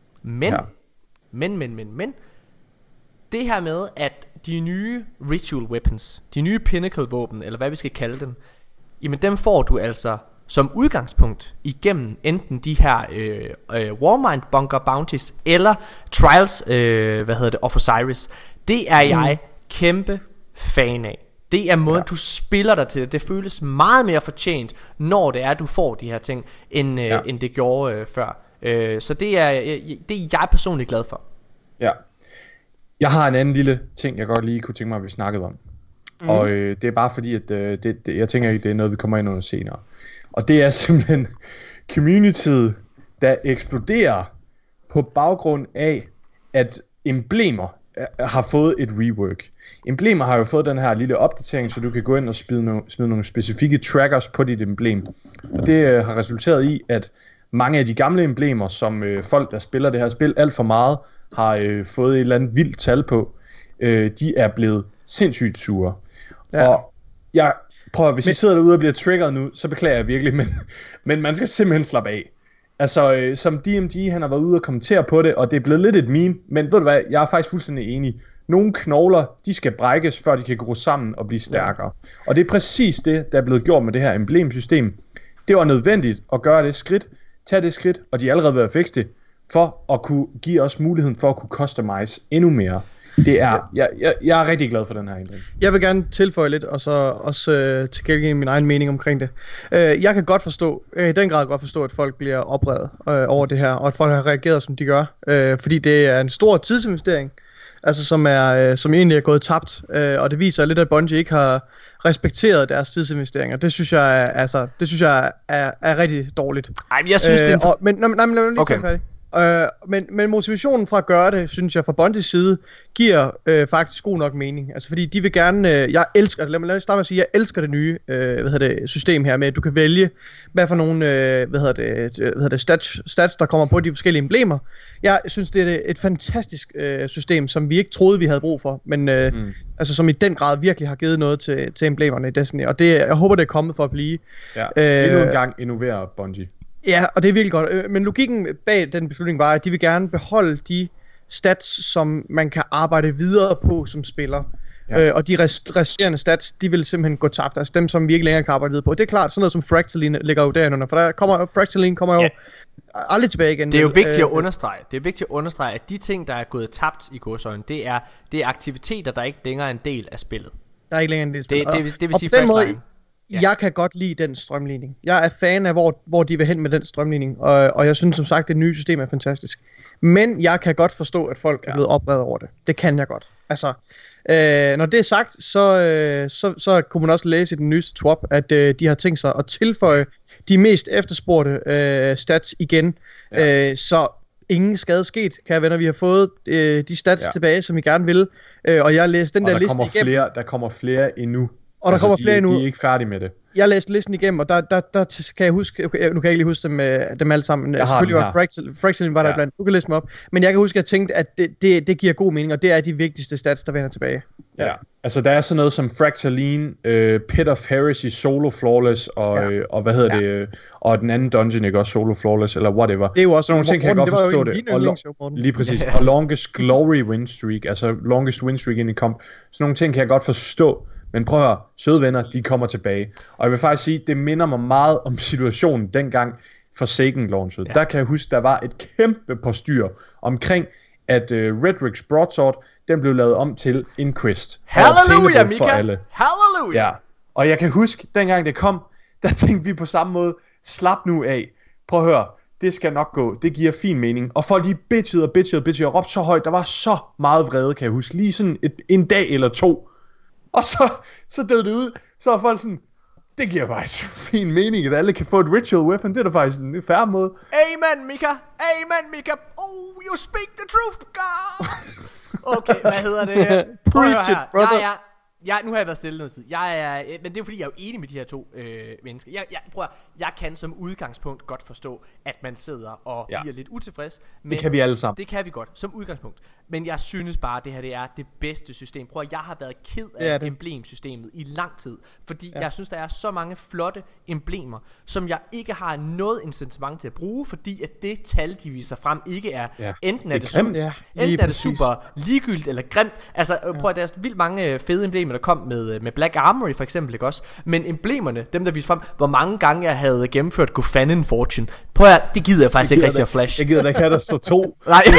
Men det her med at de nye ritual weapons, de nye pinnacle våben, eller hvad vi skal kalde dem, jamen dem får du altså som udgangspunkt igennem enten de her Warmind bunker bounties eller Trials of Osiris. Det er jeg kæmpe fan af. Det er måden du spiller dig til. Det føles meget mere fortjent, når det er du får de her ting, end det gjorde før. Så det er jeg personligt glad for. Ja. Jeg har en anden lille ting jeg godt lige kunne tænke mig at vi snakkede om. Og det er bare fordi at jeg tænker ikke det er noget vi kommer ind under senere. Og det er simpelthen communityet der eksploderer på baggrund af at emblemer har fået et rework. Emblemer har jo fået den her lille opdatering, så du kan gå ind og smide nogle specifikke trackers på dit emblem. Og det har resulteret i, at mange af de gamle emblemer, som folk, der spiller det her spil alt for meget, har fået et eller andet vildt tal på, de er blevet sindssygt sure. Ja. Og jeg prøver, hvis I sidder derude og bliver triggeret nu, så beklager jeg virkelig, men man skal simpelthen slappe af. Altså, som DMG, han har været ude og kommentere på det, og det er blevet lidt et meme, men ved du hvad, jeg er faktisk fuldstændig enig. Nogle knogler, de skal brækkes, før de kan gro sammen og blive stærkere. Og det er præcis det, der er blevet gjort med det her emblemsystem. Det var nødvendigt at gøre det skridt, tage det skridt, og de er allerede ved at fikse det, for at kunne give os muligheden for at kunne customize endnu mere. Det er, jeg er rigtig glad for den her ændring. Jeg vil gerne tilføje lidt, og så også tilkendegive min egen mening omkring det. Jeg kan godt forstå, i den grad godt forstå, at folk bliver oprevet over det her, og at folk har reageret, som de gør. Fordi det er en stor tidsinvestering, altså som egentlig er gået tabt. Og det viser lidt, at Bungie ikke har respekteret deres tidsinvesteringer. Det synes jeg er rigtig dårligt. Ej, men jeg synes det er... Men lad mig lige tage færdig. Men motivationen fra at gøre det, synes jeg fra Bungies side, giver faktisk god nok mening. Altså fordi de vil gerne, jeg elsker, lad mig starte med at sige, jeg elsker det nye system her med, at du kan vælge, hvad for nogle stats, der kommer på de forskellige emblemer. Jeg synes, det er et fantastisk system, som vi ikke troede, vi havde brug for, men altså som i den grad virkelig har givet noget til emblemerne i Destiny, og det, jeg håber, det er kommet for at blive. Ja, endnu en gang innoverer Bungie. Ja, og det er virkelig godt. Men logikken bag den beslutning var, at de vil gerne beholde de stats, som man kan arbejde videre på som spiller. Ja. Og de resterende stats, de vil simpelthen gå tabt. Altså dem, som vi ikke længere kan arbejde videre på. Det er klart, sådan noget som Fractaline ligger jo derinde. For Fractaline kommer jo aldrig tilbage igen. Det er jo vigtigt at understrege. Det er vigtigt at understrege, at de ting, der er gået tabt i gåseøjne, det er aktiviteter, der ikke længere er en del af spillet. Der er ikke længere en del af spillet. Det vil sige Fractaline. Ja. Jeg kan godt lide den strømligning. Jeg er fan af, hvor de vil hen med den strømligning, og jeg synes som sagt, det nye system er fantastisk. Men jeg kan godt forstå, at folk er blevet oprevet over det. Det kan jeg godt. Altså, når det er sagt, så kunne man også læse i den nyeste swap, at de har tænkt sig at tilføje de mest efterspurgte stats igen. Ja. Så ingen skade sket, kære venner. Vi har fået de stats tilbage, som vi gerne vil. Og jeg læste den der liste igennem. Der kommer flere endnu. Og der kommer flere endnu. De er ikke færdige med det. Jeg læste listen igennem, og der kan jeg huske, nu kan jeg ikke lige huske dem alle sammen. Selvfølgelig var Fractaline var der blandt. Du kan læse dem op. Men jeg kan huske, at jeg tænkte, at det giver god mening, og det er de vigtigste stats, der vender tilbage. Ja. Altså der er sådan noget som Fractaline, Pit of Heresy, Solo Flawless, og hvad hedder det, og den anden dungeon, ikke også Solo Flawless, eller whatever. Det er jo også nogle ting, kan jeg godt forstå det. Lige præcis. Og Longest Glory Win Streak, altså Longest Win Streak ind i comp. Sådan nogle ting kan jeg godt forstå. Men prøv at høre, søde venner, de kommer tilbage. Og jeg vil faktisk sige, det minder mig meget om situationen dengang Forsaken launchet. Der kan jeg huske, der var et kæmpe postyr omkring, at Redrix's Broadsword, den blev lavet om til Inquest. Halleluja, Mika! Halleluja! Ja. Og jeg kan huske, dengang det kom, der tænkte vi på samme måde, slap nu af. Prøv at høre, det skal nok gå, det giver fin mening. Og folk de bitchede og råbte så højt, der var så meget vrede, kan jeg huske. Lige sådan en dag eller to. Og så døde det ud, så er folk sådan, det giver faktisk fin mening, at alle kan få et ritual weapon, det er da faktisk en fair måde. Amen, Mika, oh, you speak the truth, God. Okay, hvad hedder det? Preach it, brother. Nu har jeg været stille noget tid. Men det er fordi jeg er jo enig med de her to mennesker. Jeg kan som udgangspunkt godt forstå, at man sidder og bliver lidt utilfreds. Men det kan vi alle sammen. Det kan vi godt som udgangspunkt. Men jeg synes bare, at det her det er det bedste system. Jeg har været ked af emblemsystemet i lang tid, fordi jeg synes, der er så mange flotte emblemer, som jeg ikke har noget incitament til at bruge, fordi at det tal, de viser frem, ikke er enten er det super ligegyldigt eller grimt. Altså prøv at der er vildt mange fede emblemer, der kom med Black Armory for eksempel, ikke også? Men emblemerne, dem der viser frem, hvor mange gange jeg havde gennemført Gofanin Fortune. Prøv at det gider jeg faktisk ikke rigtig at flash. Jeg gider da ikke have der står 2. Nej. 2,5.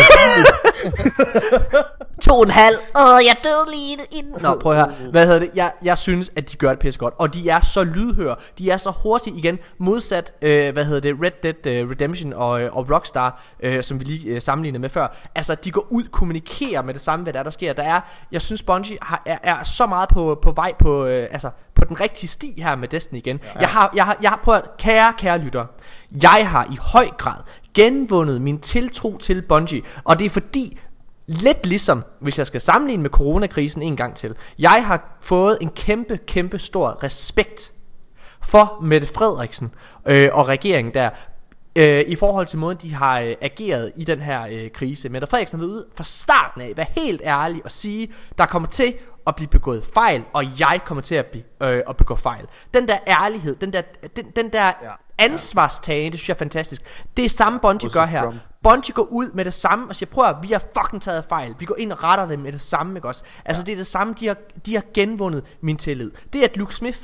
Jeg døde lige inden. Nå, prøv at høre. Hvad hedder det? Jeg synes, at de gør det pisse godt. Og de er så lydhøre. De er så hurtige igen. Modsat, Red Dead Redemption og Rockstar, som vi lige sammenlignede med før. Altså, de går ud, kommunikerer med det samme, hvad der sker. Jeg synes, Bungie er så meget på vej på den rigtige sti her med Destiny igen. Jeg har prøvet, kære lytter. Jeg har i høj grad genvundet min tiltro til Bungie. Og det er fordi, lidt ligesom, hvis jeg skal sammenligne med coronakrisen en gang til, jeg har fået en kæmpe stor respekt for Mette Frederiksen og regeringen der, i forhold til måden de har ageret i den her krise. Mette Frederiksen har været ude fra starten af, være helt ærlig og sige, der kommer til at blive begået fejl, og jeg kommer til at begå fejl. Den der ærlighed, den der ansvarstagen, det synes jeg er fantastisk. Det er samme Bungie gør her. Bungie går ud med det samme og siger, prøv at vi har fucking taget fejl. Vi går ind og retter det med det samme, ikke også? Altså det er det samme, de har genvundet min tillid. Det er at Luke Smith,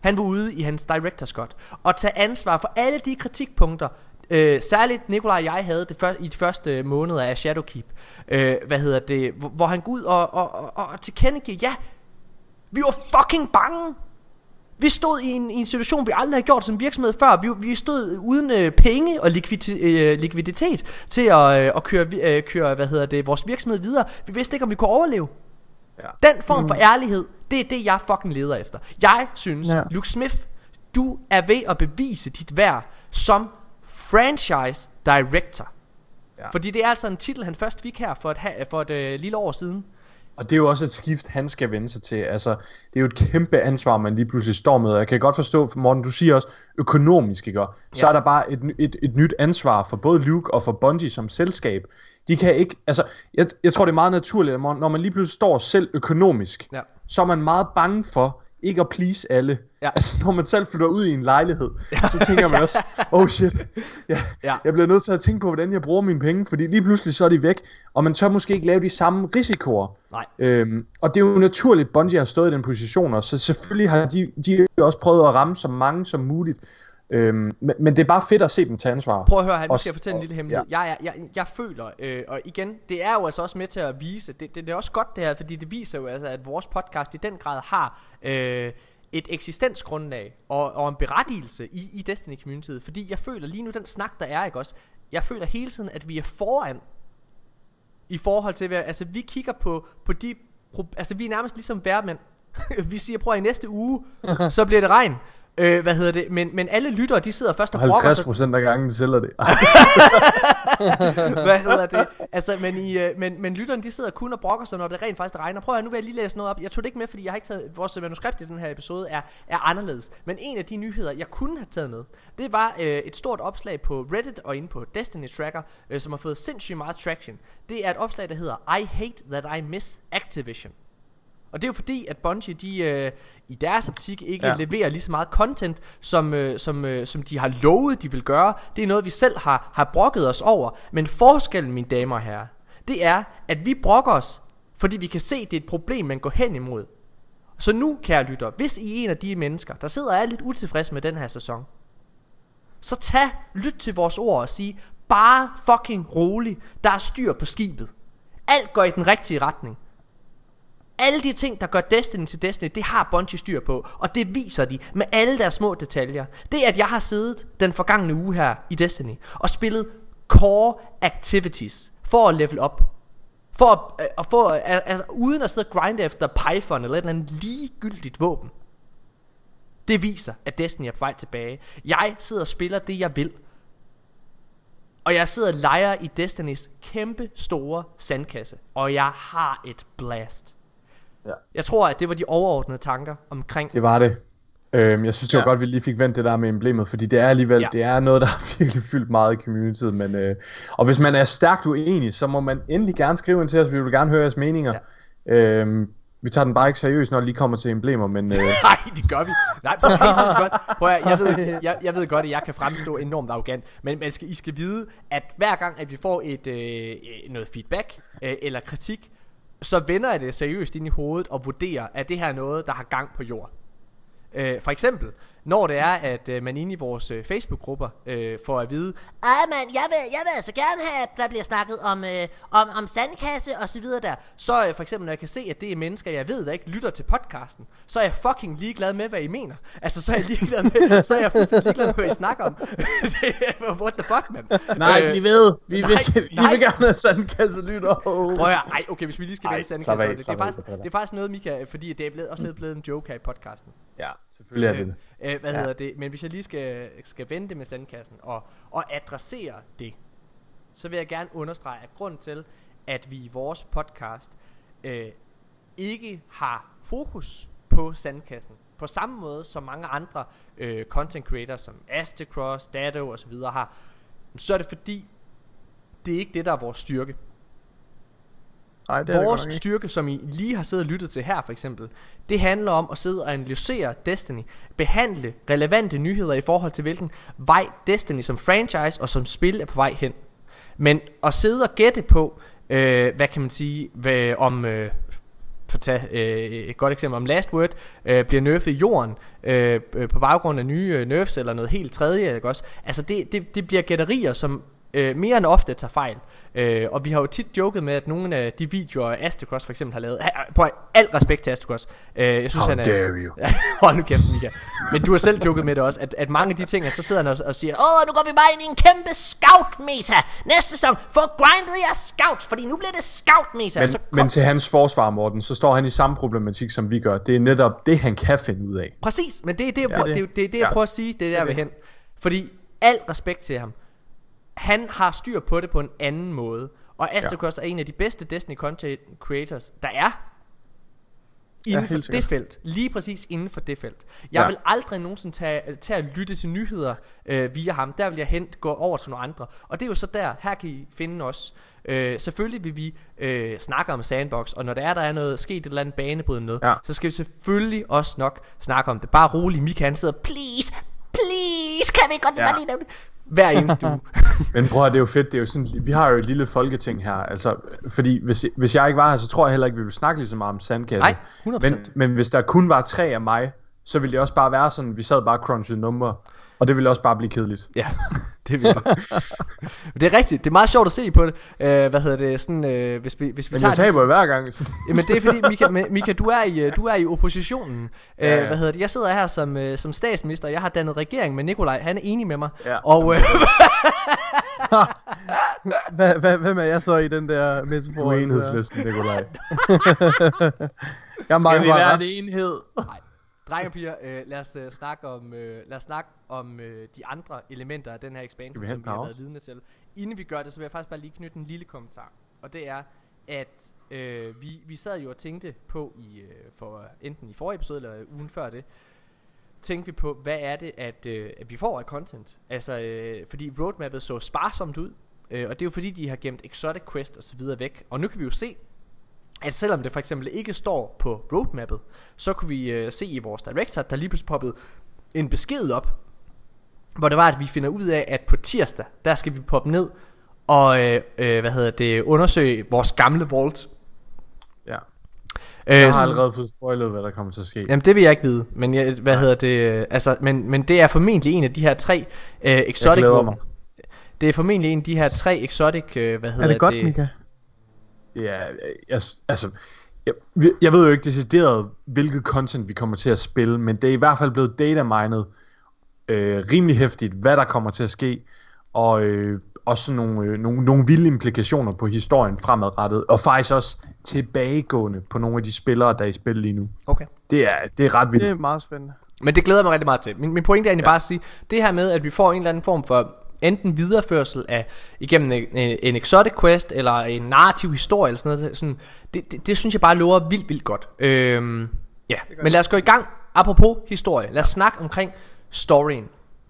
Han var ude i hans director's cut og tage ansvar for alle de kritikpunkter, særligt Nikolaj og jeg havde i de første måneder af Shadowkeep, hvor han går ud og tilkendegiver, ja, vi var fucking bange. Vi stod i en situation, vi aldrig har gjort som virksomhed før. Vi stod uden penge og likviditet til at køre vores virksomhed videre. Vi vidste ikke, om vi kunne overleve. Ja. Den form for ærlighed, det er det, jeg fucking leder efter. Jeg synes, Luke Smith, du er ved at bevise dit værd som franchise director. Ja. Fordi det er altså en titel, han først fik her for et lille år siden. Og det er jo også et skift, han skal vende sig til. Altså, det er jo et kæmpe ansvar, man lige pludselig står med. Jeg kan godt forstå, Morten, du siger også økonomisk, ikke? Så er der bare et nyt ansvar for både Luke og for Bungie som selskab. De kan ikke, altså, jeg tror det er meget naturligt, at når man lige pludselig står selv økonomisk, så er man meget bange for ikke at please alle. Altså når man selv flytter ud i en lejlighed, så tænker man også, oh shit, jeg bliver nødt til at tænke på, hvordan jeg bruger mine penge, fordi lige pludselig så er de væk, og man tør måske ikke lave de samme risikoer. Og det er jo naturligt, Bungie har stået i den position, og så selvfølgelig har de også prøvet at ramme så mange som muligt. Men det er bare fedt at se dem tage ansvar. Prøv at høre her, nu skal jeg fortælle en lille hemmelighed. Jeg føler, og igen, det er jo altså også med til at vise, det er også godt det her, fordi det viser jo altså, at vores podcast i den grad har et eksistensgrundlag og en berettigelse i Destiny communityet. Fordi jeg føler lige nu, den snak der er, ikke også, jeg føler hele tiden, at vi er foran i forhold til, altså vi kigger på de, altså vi er nærmest ligesom vejrmænd. Vi siger, prøv at i næste uge, så bliver det regn. Men alle lyttere, de sidder først og brokker sig. 50% af gangen sælger det. Altså, men lytterne, de sidder kun og brokker sig, når det rent faktisk regner. Prøv at nu vil jeg lige læse noget op. Jeg tog det ikke med, fordi jeg har ikke taget vores manuskript i den her episode er anderledes. Men en af de nyheder, jeg kunne have taget med, det var et stort opslag på Reddit og inde på Destiny Tracker, som har fået sindssygt meget traction. Det er et opslag, der hedder I hate that I miss Activision. Og det er jo fordi, at Bungie, de i deres optik ikke leverer lige så meget content, som de har lovet, de vil gøre. Det er noget, vi selv har brokket os over. Men forskellen, mine damer og herrer, det er, at vi brokker os, fordi vi kan se, at det er et problem, man går hen imod. Så nu, kære lytter, hvis I er en af de mennesker, der sidder og er lidt utilfredse med den her sæson, så lyt til vores ord og sig, bare fucking rolig, der er styr på skibet. Alt går i den rigtige retning. Alle de ting, der gør Destiny til Destiny, det har Bungie styr på. Og det viser de med alle deres små detaljer. Det at jeg har siddet den forgangne uge her i Destiny og spillet core activities for at level up, for at få, altså, uden at sidde og grinde efter Python eller et eller andet ligegyldigt våben. Det viser, at Destiny er på vej tilbage. Jeg sidder og spiller det jeg vil, og jeg sidder og leger i Destinys kæmpe store sandkasse, og jeg har et blast. Jeg tror, at det var de overordnede tanker omkring. Det var det. Jeg synes det var godt, at vi lige fik vendt det der med emblemet, fordi det er alligevel det er noget, der har virkelig fyldt meget i communityet. Men, og hvis man er stærkt uenig, så må man endelig gerne skrive ind til os. Vi vil gerne høre jeres meninger. Vi tager den bare ikke seriøst, når det lige kommer til emblemer, men... Nej, det gør vi. Nej, det er godt. Prøv at, jeg ved godt, at jeg kan fremstå enormt arrogant, men I skal vide, at hver gang, at vi får noget feedback eller kritik, så vender jeg det seriøst ind i hovedet og vurderer, at det her er noget, der har gang på jord. For eksempel, når det er, at man inde i vores Facebook-grupper får at vide, jeg vil altså gerne have, at der bliver snakket om sandkasse og så videre der. Så for eksempel, når jeg kan se, at det er mennesker, jeg ved, der ikke lytter til podcasten, så er jeg fucking ligeglad med, hvad I mener. Altså, så er jeg ligeglad med, så er jeg fuldstændig ligeglad med, hvad I snakker om. What the fuck, man? Nej, vi ved. Vi vil gerne have sandkasse lytter. Prøv at, okay, hvis vi lige skal vende sandkasse. Det er faktisk noget, Mika, fordi det er også blevet en joke her i podcasten. Ja, selvfølgelig er det. Men hvis jeg lige skal vende det med sandkassen og adressere det, så vil jeg gerne understrege, at grund til, at vi i vores podcast ikke har fokus på sandkassen på samme måde som mange andre content creators som Astecross, Dado og så videre har, så er det fordi det er ikke det, der er vores styrke. Ej, det vores styrke, som I lige har siddet og lyttet til her for eksempel, det handler om at sidde og analysere Destiny, behandle relevante nyheder i forhold til hvilken vej Destiny som franchise og som spil er på vej hen. Men at sidde og gætte på, hvad kan man sige, om for at tage et godt eksempel, om Last Word bliver nerfed i jorden på baggrund af nye nerfs eller noget helt tredje, ikke også? Altså det bliver gætterier, som mere end ofte tager fejl. Og vi har jo tit joket med, at nogle af de videoer Astacross for eksempel har lavet, på al respekt til Astacross, jeg synes han er hold nu kæft, Mika. Men du har selv joket med det også, at mange af de ting, så sidder han og siger, nu går vi bare ind i en kæmpe scout meta næste sæson, få grindet jeres scouts, fordi nu bliver det scout meta. Men til hans forsvar, Morten, så står han i samme problematik som vi gør. Det er netop det, han kan finde ud af. Præcis, men det er det jeg prøver at sige. Det er der ved hen. Fordi al respekt til ham, han har styr på det på en anden måde. Og Astacross er en af de bedste Destiny content creators der er inden for det felt. Lige præcis inden for det felt. Jeg vil aldrig nogensinde tage at lytte til nyheder via ham. Der vil jeg gå over til nogle andre. Og det er jo så her kan I finde os. Selvfølgelig vil vi snakke om Sandbox. Og når der er noget sket et eller andet banebrydende noget, så skal vi selvfølgelig også nok snakke om det. Bare rolig, Mika han sidder, please, kan vi godt bare lige nævne det hver eneste uge. Men bror, det er jo fedt. Det er jo sådan, vi har jo et lille folketing her. Altså, fordi hvis jeg ikke var her, så tror jeg heller ikke, vi ville snakke lige så meget om sandkasse. Nej, 100%. Men hvis der kun var 3 af mig, så ville det også bare være sådan, vi sad bare og crunchede numre. Og det ville også bare blive kedeligt. Ja, det ville det er rigtigt, det er meget sjovt at se på det. Sådan, hvis vi men tager jeg taber hver gang. Men det er fordi, Mika, du er i oppositionen. Jeg sidder her som statsminister. Jeg har dannet regering med Nikolaj. Han er enig med mig. Og hvem er jeg så i den der metafor? Du er enhedslisten, Nikolaj. Skal vi være det enhed? Nej. Drenge og piger, lad os snakke om de andre elementer af den her expansion, som vi har været vidne til. Inden vi gør det, så vil jeg faktisk bare lige knytte en lille kommentar. Og det er, at vi sad jo og tænkte på enten i forrige episode eller ugen før det, tænkte vi på, hvad er det, at vi får af content. Altså, fordi roadmappet så sparsomt ud, og det er jo fordi, de har gemt exotic quest og så videre væk. Og nu kan vi jo se, at selvom det for eksempel ikke står på roadmappet, så kunne vi se i vores director, der lige pludselig poppede en besked op, hvor det var, at vi finder ud af, at på tirsdag, der skal vi poppe ned og undersøge vores gamle vault. Ja. Jeg har allerede fået spoilet, hvad der kommer til at ske. Jamen det vil jeg ikke vide, men men det er formentlig en af de her 3 exotic våben. Det er formentlig en af de her 3 exotic Er det godt, Mika? Ja, jeg ved jo ikke decideret, hvilket content vi kommer til at spille, men det er i hvert fald blevet datamined rimelig hæftigt, hvad der kommer til at ske, og også nogle vilde implikationer på historien fremadrettet, og faktisk også tilbagegående på nogle af de spillere, der er i spil lige nu. Okay. Det er ret vildt. Det er meget spændende. Men det glæder mig rigtig meget til. Min pointe er egentlig bare at sige, det her med, at vi får en eller anden form for enten videreførsel af igennem en exotic quest eller en narrativ historie eller sådan noget, sådan, det synes jeg bare lover vildt godt. Men lad os gå i gang. Apropos historie, lad os snakke omkring storyen.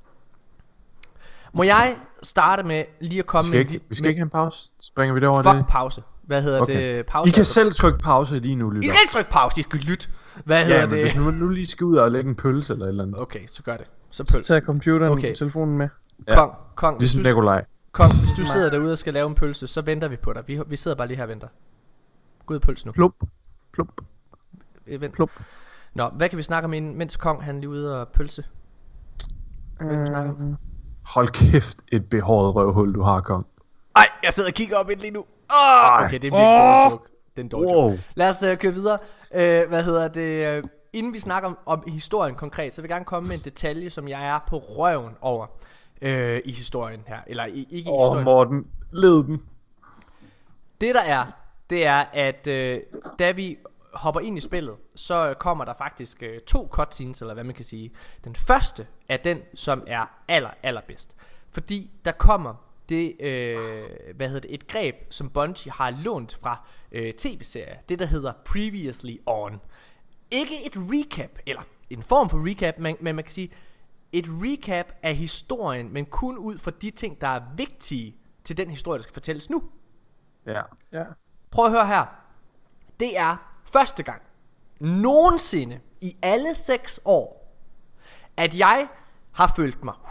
Må jeg starte med lige at komme vi skal ikke have en pause. Springer vi det over det? Fuck pause. Hvad hedder det? Pause. I kan selv trykke pause lige nu, lytter. I skal ikke trykke pause, I skal lytte. Hvad hedder det? Hvis nu lige skal ud og lægge en pølse eller et eller andet. Okay, så gør det. Så pølse. Så tager computeren og telefonen med. Kong, ligesom Nikolaj. Kong, hvis du sidder derude og skal lave en pølse, så venter vi på dig. Vi sidder bare lige her og venter. Gå ud pølse nu. Plump. Vent. Plump. Nå, hvad kan vi snakke om mens Kong han lige ude og pølse? Hvad kan vi snakke om? Hold kæft, et behåret røvhul du har, Kong. Ej, jeg sidder og kigger op ind lige nu. Okay, det er virkelig dårlig joke. Det er en dårlig joke. Lad os køre videre. Inden vi snakker om historien konkret, så vil jeg gerne komme med en detalje, som jeg er på røven over i historien her. Eller ikke i historien. Morten, led den. Det der er, det er at da vi hopper ind i spillet, så kommer der faktisk 2 cutscenes, eller hvad man kan sige. Den første er den, som er allerbedst. Fordi der kommer det, et greb, som Bungie har lånt fra tv-serier. Det der hedder Previously On. Ikke et recap, eller en form for recap, men man kan sige et recap af historien, men kun ud fra de ting, der er vigtige til den historie, der skal fortælles nu. Ja. Prøv at høre her. Det er første gang nogensinde i alle 6 år, at jeg har følt mig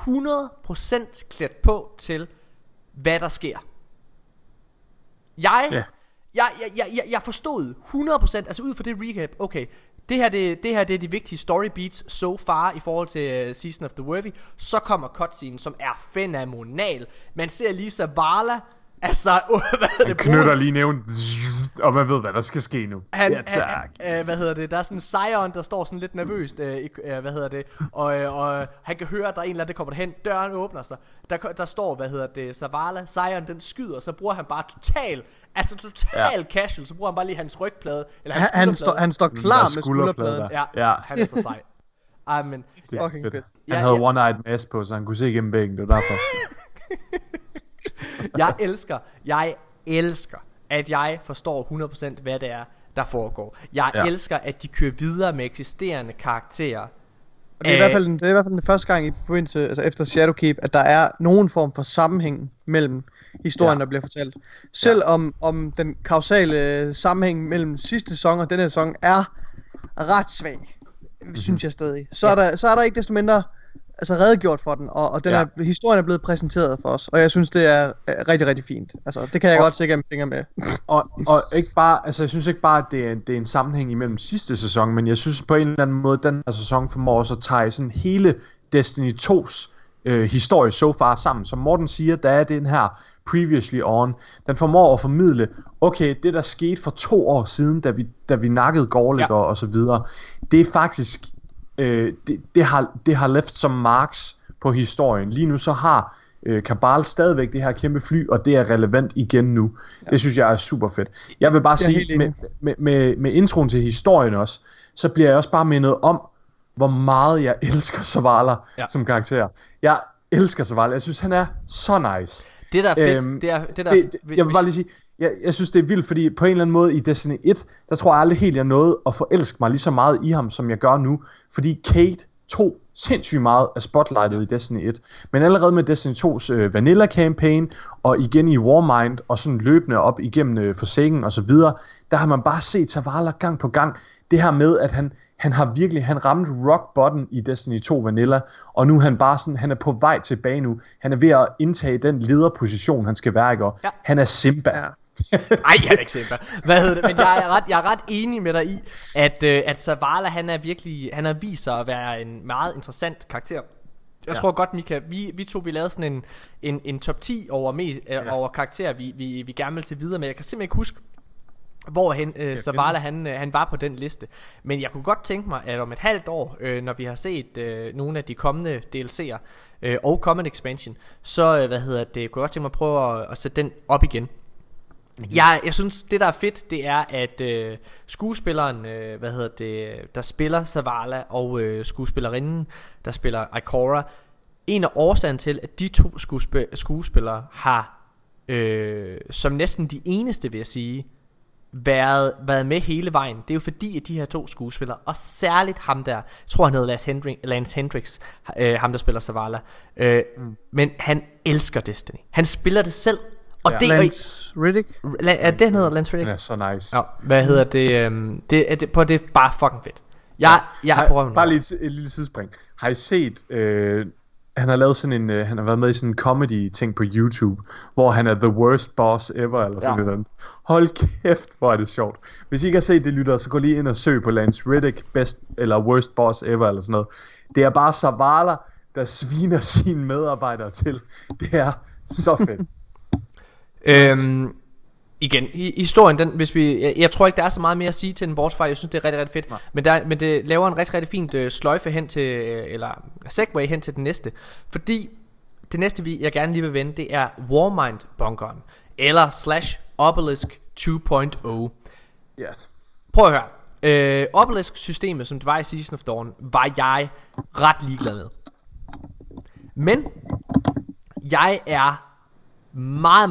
100% klædt på til, hvad der sker. Jeg Jeg forstod 100%, altså ud fra det recap, okay, det her det er de vigtige story beats so far i forhold til Season of the Worthy. Så kommer cutscene, som er fænomenal. Man ser lige Zavala, altså han knytter lige nævnt, og man ved hvad der skal ske nu. Der er sådan en Sion, der står sådan lidt nervøst, og han kan høre at der er en eller anden der kommer derhen, døren åbner sig. Der står Zavala, Sion den skyder, så bruger han bare total casual, så bruger han bare lige hans rygplade eller hans han står klar med skulderpladen. Ja, han er så sej. Men fucking fedt. Han havde one-eyed mask på, så han kunne se igennem væggen, det var derfor. Jeg elsker, at jeg forstår 100% hvad det er, der foregår. Jeg elsker, at de kører videre med eksisterende karakterer. Og det er i hvert fald den første gang i forbindelse, altså efter Shadowkeep, at der er nogen form for sammenhæng mellem historien, der bliver fortalt. Selvom om den kausale sammenhæng mellem sidste sæson og denne sæson er ret svag, synes jeg stadig. Så er der ikke desto mindre altså redegjort for den, og historien er blevet præsenteret for os, og jeg synes det er rigtig, rigtig fint. Altså det kan jeg godt sætte mine fingre med. og ikke bare, altså jeg synes ikke bare at det er en sammenhæng imellem sidste sæson, men jeg synes på en eller anden måde den her sæson formår også at tage sådan hele Destiny 2's historie so far sammen. Som Morten siger, der er den her previously on. Den formår at formidle, okay, det der skete for 2 år siden, da vi nakkede Gorliger og så videre, det er faktisk det har left som marks på historien. Lige nu så har Cabal stadigvæk det her kæmpe fly, og det er relevant igen nu. Det synes jeg er super fedt. Jeg vil bare sige, med introen til historien også, så bliver jeg også bare mindet om, hvor meget jeg elsker Zavala som karakter. Jeg elsker Zavala. Jeg synes, han er så nice. Det der er fedt, jeg vil bare lige sige, jeg synes det er vildt, fordi på en eller anden måde i Destiny 1, der tror jeg aldrig helt jeg nåede at forelske mig lige så meget i ham, som jeg gør nu. Fordi Kate tog sindssygt meget af spotlightet i Destiny 1. Men allerede med Destiny 2's vanilla campaign, og igen i Warmind, og sådan løbende op igennem Forsaken og så videre, der har man bare set Zavala gang på gang. Det her med, at han ramte rock bottom i Destiny 2 Vanilla, og nu er han bare sådan, han er på vej tilbage nu. Han er ved at indtage den lederposition, han skal være, ikke? Han er Simba. Ja. Ej, han er ikke Simba. Men jeg er ret enig med dig i, at Zavala, han har vist sig at være en meget interessant karakter. Jeg tror godt, Mika, vi lavede sådan en top 10 over karakterer, vi gerne vil se videre med. Jeg kan simpelthen ikke huske, hvorhen Zavala han var på den liste. Men jeg kunne godt tænke mig, at om et halvt år, når vi har set nogle af de kommende DLC'er og kommende expansion, så kunne jeg godt tænke mig at prøve at sætte den op igen. Jeg synes det der er fedt, det er at skuespilleren der spiller Zavala, og skuespillerinden der spiller Ikora, en af årsagen til at de to skuespillere har som næsten de eneste, vil jeg sige, været med hele vejen. Det er jo fordi at de her to skuespillere, og særligt ham der, jeg tror han hedder Lance Hendricks, ham der spiller Zavala, men han elsker Destiny. Han spiller det selv. Og det Lance Riddick? Den hedder Lance Riddick. Ja, så nice. Ja, det er bare fucking fedt. Jeg er på røven. Bare lige et lille sidespring. Har I set han har lavet sådan en han har været med i sådan en comedy ting på YouTube, hvor han er the worst boss ever eller sådan noget. Hold kæft, hvor er det sjovt. Hvis I ikke har set det, lytter, så gå lige ind og søg på Lance Riddick best eller worst boss ever eller sådan noget. Det er bare Zavala, der sviner sine medarbejdere til. Det er så fedt. Igen, historien, jeg tror ikke der er så meget mere at sige til den, bortset fra jeg synes det er rigtig, rigtig fedt, men det laver en rigtig, rigtig fint sløjfe hen til, eller segway hen til den næste, fordi det næste jeg gerne lige vil vende, det er Warmind bunkeren, eller /Obelisk 2.0. Yes. Prøv at høre, Obelisk systemet, som det var i Season of Dawn, var jeg ret ligeglad med, men jeg er meget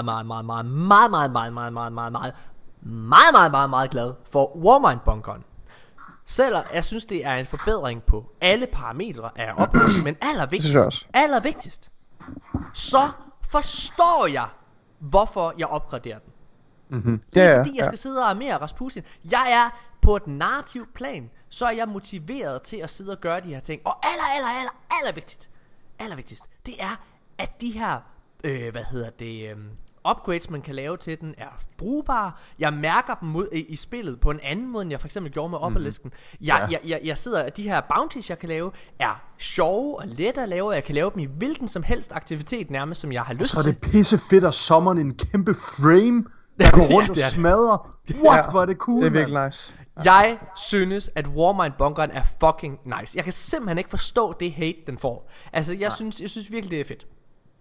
glad for Warmind bunkeren. Selvom jeg synes det er en forbedring på alle parametre af Obelisk, men allervigtigst, så forstår jeg hvorfor jeg opgraderer den. Det er fordi jeg skal sidde og armere Rasputin. Jeg er på et narrativt plan, så er jeg motiveret til at sidde og gøre de her ting. Og allervigtigst, det er at de her upgrades man kan lave til den er brugbare. Jeg mærker dem i spillet på en anden måde, end jeg for eksempel gjorde med Obelisken. Jeg sidder, at de her bounties jeg kan lave er sjove og lette at lave. Jeg kan lave dem i hvilken som helst aktivitet nærmest, som jeg har lyst til. Så er det pisse fedt at summon en kæmpe frame, der går rundt og smadrer. What, hvor er det cool, det er virkelig nice. Jeg synes, at Warmind-bunkeren er fucking nice. Jeg kan simpelthen ikke forstå det hate, den får. Altså, jeg synes virkelig, det er fedt.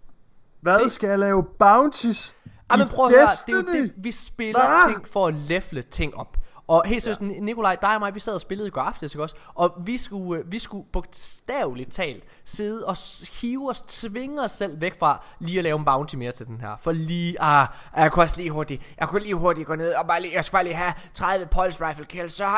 Hvad skal jeg lave? Bounties? Men prøv at høre, det er jo det, vi spiller ting for at levele ting op. Og helt seriøst, Nikolaj, dig og mig, vi sad og spillede i går aftes, ikke også? Og vi skulle bogstaveligt talt sidde og hive os, tvinge os selv væk fra lige at lave en bounty mere til den her. For lige, jeg kunne lige hurtigt gå ned og jeg skal bare lige have 30 pulse rifle kills, så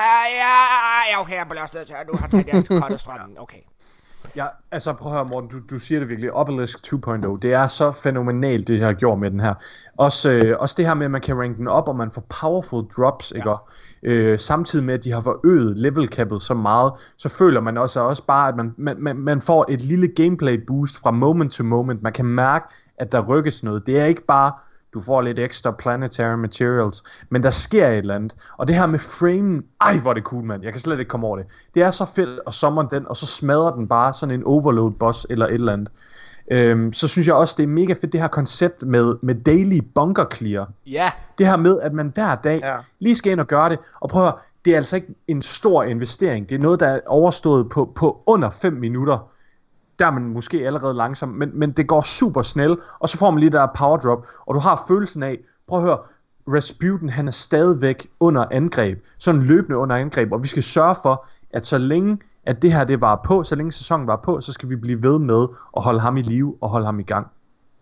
okay, jeg bliver også nødt til at nu har taget jeres kottestrømmen, okay. Ja, altså prøv at høre, Morten, du siger det virkelig. Obelisk 2.0, det er så fænomenalt, det har gjort med den her. Også det her med, at man kan ranke den op, og man får powerful drops, ikke? Samtidig med, at de har forøget level capet så meget, så føler man også bare, at man får et lille gameplay boost fra moment to moment. Man kan mærke, at der rykkes noget. Det er ikke bare, du får lidt ekstra planetary materials, men der sker et eller andet. Og det her med framen, hvor er det cool, mand. Jeg kan slet ikke komme over det. Det er så fedt at summon den, og så smadrer den bare sådan en overload boss eller et eller andet. Så synes jeg også, det er mega fedt, det her koncept med daily bunker clear. Ja. Det her med, at man hver dag lige skal ind og gøre det. Og prøv at høre, det er altså ikke en stor investering. Det er noget, der er overstået på under 5 minutter. Der er man måske allerede langsom, men det går super snel, og så får man lige der power drop, og du har følelsen af, prøv at høre, Rasputin, han er stadigvæk under angreb, sådan løbende under angreb, og vi skal sørge for, at så længe at det her det var på, så længe sæsonen var på, så skal vi blive ved med at holde ham i live og holde ham i gang.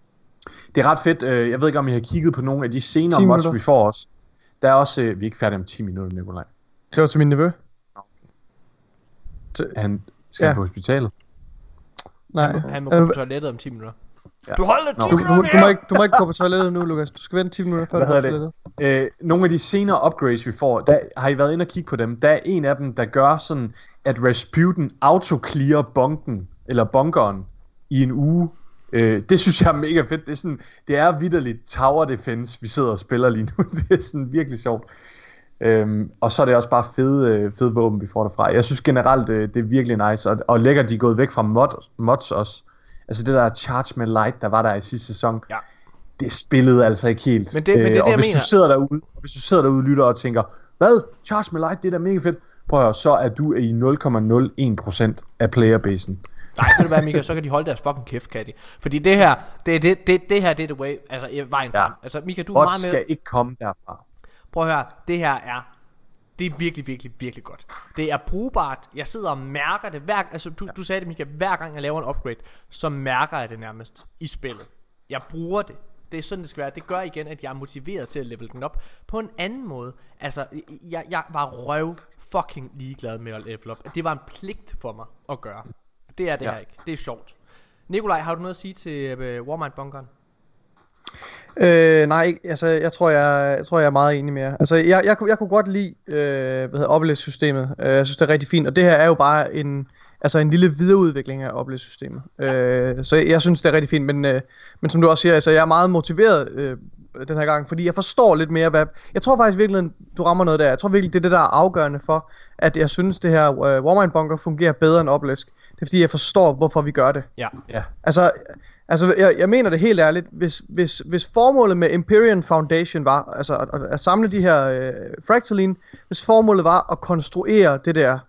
Det er ret fedt. Jeg ved ikke om I har kigget på nogle af de senere mods vi får også. Der er også, vi er ikke færdige om 10 minutter, Nikolaj. Det var til min nevø. Han skal på hospitalet. Nej. Han må gå på toilettet om 10 minutter. Ja. Du holder 10 minutter! Du må ikke gå på toilettet nu, Lukas. Du skal vente 10 minutter før du går på toilettet. Nogle af de senere upgrades vi får, der har I været inde og kigge på dem. Der er en af dem, der gør sådan, at Rasputin auto-clear bunkeren i en uge. Det synes jeg er mega fedt. Det er vitterligt tower defense, vi sidder og spiller lige nu. Det er sådan virkelig sjovt. Og så er det også bare fede våben vi får derfra. Jeg synes generelt det er virkelig nice. Og lækkert de er gået væk fra mods også. Altså det der Charge med Light, der var der i sidste sæson, det spillede altså ikke helt. Men det og hvis du sidder derude og lytter og tænker, hvad? Charge med Light, det er da mega fedt. Prøv at høre, så er du i 0,01% af playerbasen. Nej, kan det være, Mika, så kan de holde deres fucking kæft, kan de. Fordi det her, det her det er the way, altså vejen frem. Altså Mika, du er meget med. Skal ikke komme derfra. Prøv at høre, det er virkelig, virkelig, virkelig godt. Det er brugbart. Jeg sidder og mærker det altså du sagde det, Mika, hver gang jeg laver en upgrade, så mærker jeg det nærmest i spillet. Jeg bruger det. Det er sådan det skal være. Det gør igen, at jeg er motiveret til at level den op på en anden måde. Altså jeg var fucking ligeglad med at level op. Det var en pligt for mig at gøre. Det er det her ikke. Det er sjovt. Nikolaj, har du noget at sige til Warmind-bunkeren? Nej, altså jeg tror jeg er meget enig med jer. Altså jeg kunne godt lide Obelisk-systemet. Jeg synes det er rigtig fint, og det her er jo bare en lille videreudvikling af Obelisk-systemet. Så jeg synes det er rigtig fint, men som du også siger, altså jeg er meget motiveret den her gang, fordi jeg forstår lidt mere hvad. Jeg tror faktisk virkelig du rammer noget der. Jeg tror virkelig det er det der er afgørende for, at jeg synes det her Warmind-bunker fungerer bedre end Obelisk. Det er fordi jeg forstår hvorfor vi gør det. Ja. Altså, jeg mener det helt ærligt, hvis formålet med Empyrean Foundation var, altså at samle de her Fractaline, hvis formålet var at konstruere det der,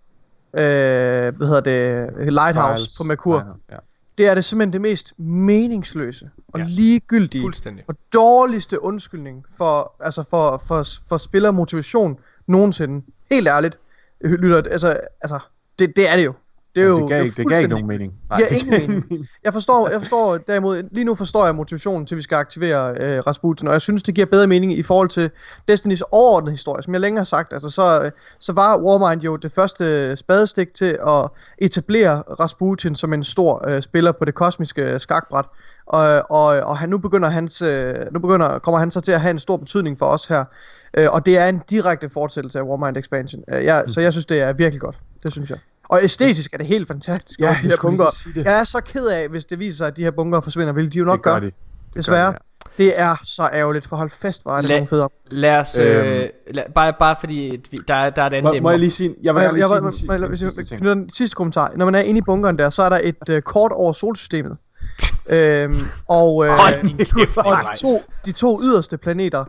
Lighthouse på Merkur, det er det simpelthen det mest meningsløse og ligegyldige og dårligste undskyldning for spillermotivation nogensinde. Helt ærligt, lytter, altså det er det jo. Det gav ikke nogen mening. Ja, ingen mening. Jeg forstår derimod, lige nu forstår jeg motivationen til, at vi skal aktivere Rasputin, og jeg synes, det giver bedre mening i forhold til Destinys overordnede historie. Som jeg længe har sagt, altså så var Warmind jo det første spadestik til at etablere Rasputin som en stor spiller på det kosmiske skakbræt. Og nu kommer han så til at have en stor betydning for os her. Og det er en direkte fortsættelse af Warmind Expansion. Så jeg synes, det er virkelig godt. Det synes jeg. Og æstetisk er det helt fantastisk. Ja, de her bunker. Jeg er så ked af, hvis det viser sig, at de her bunker forsvinder, hvilket de jo nok gør. Desværre. Det er så ærgerligt, for hold fest, hvor er det nogle fede. Lad os, bare fordi der er et andet emne. Må jeg lige sige, jeg vil lige sige den sidste kommentar. Når man er inde i bunkeren der, så er der et kort over solsystemet. Og de to yderste planeter,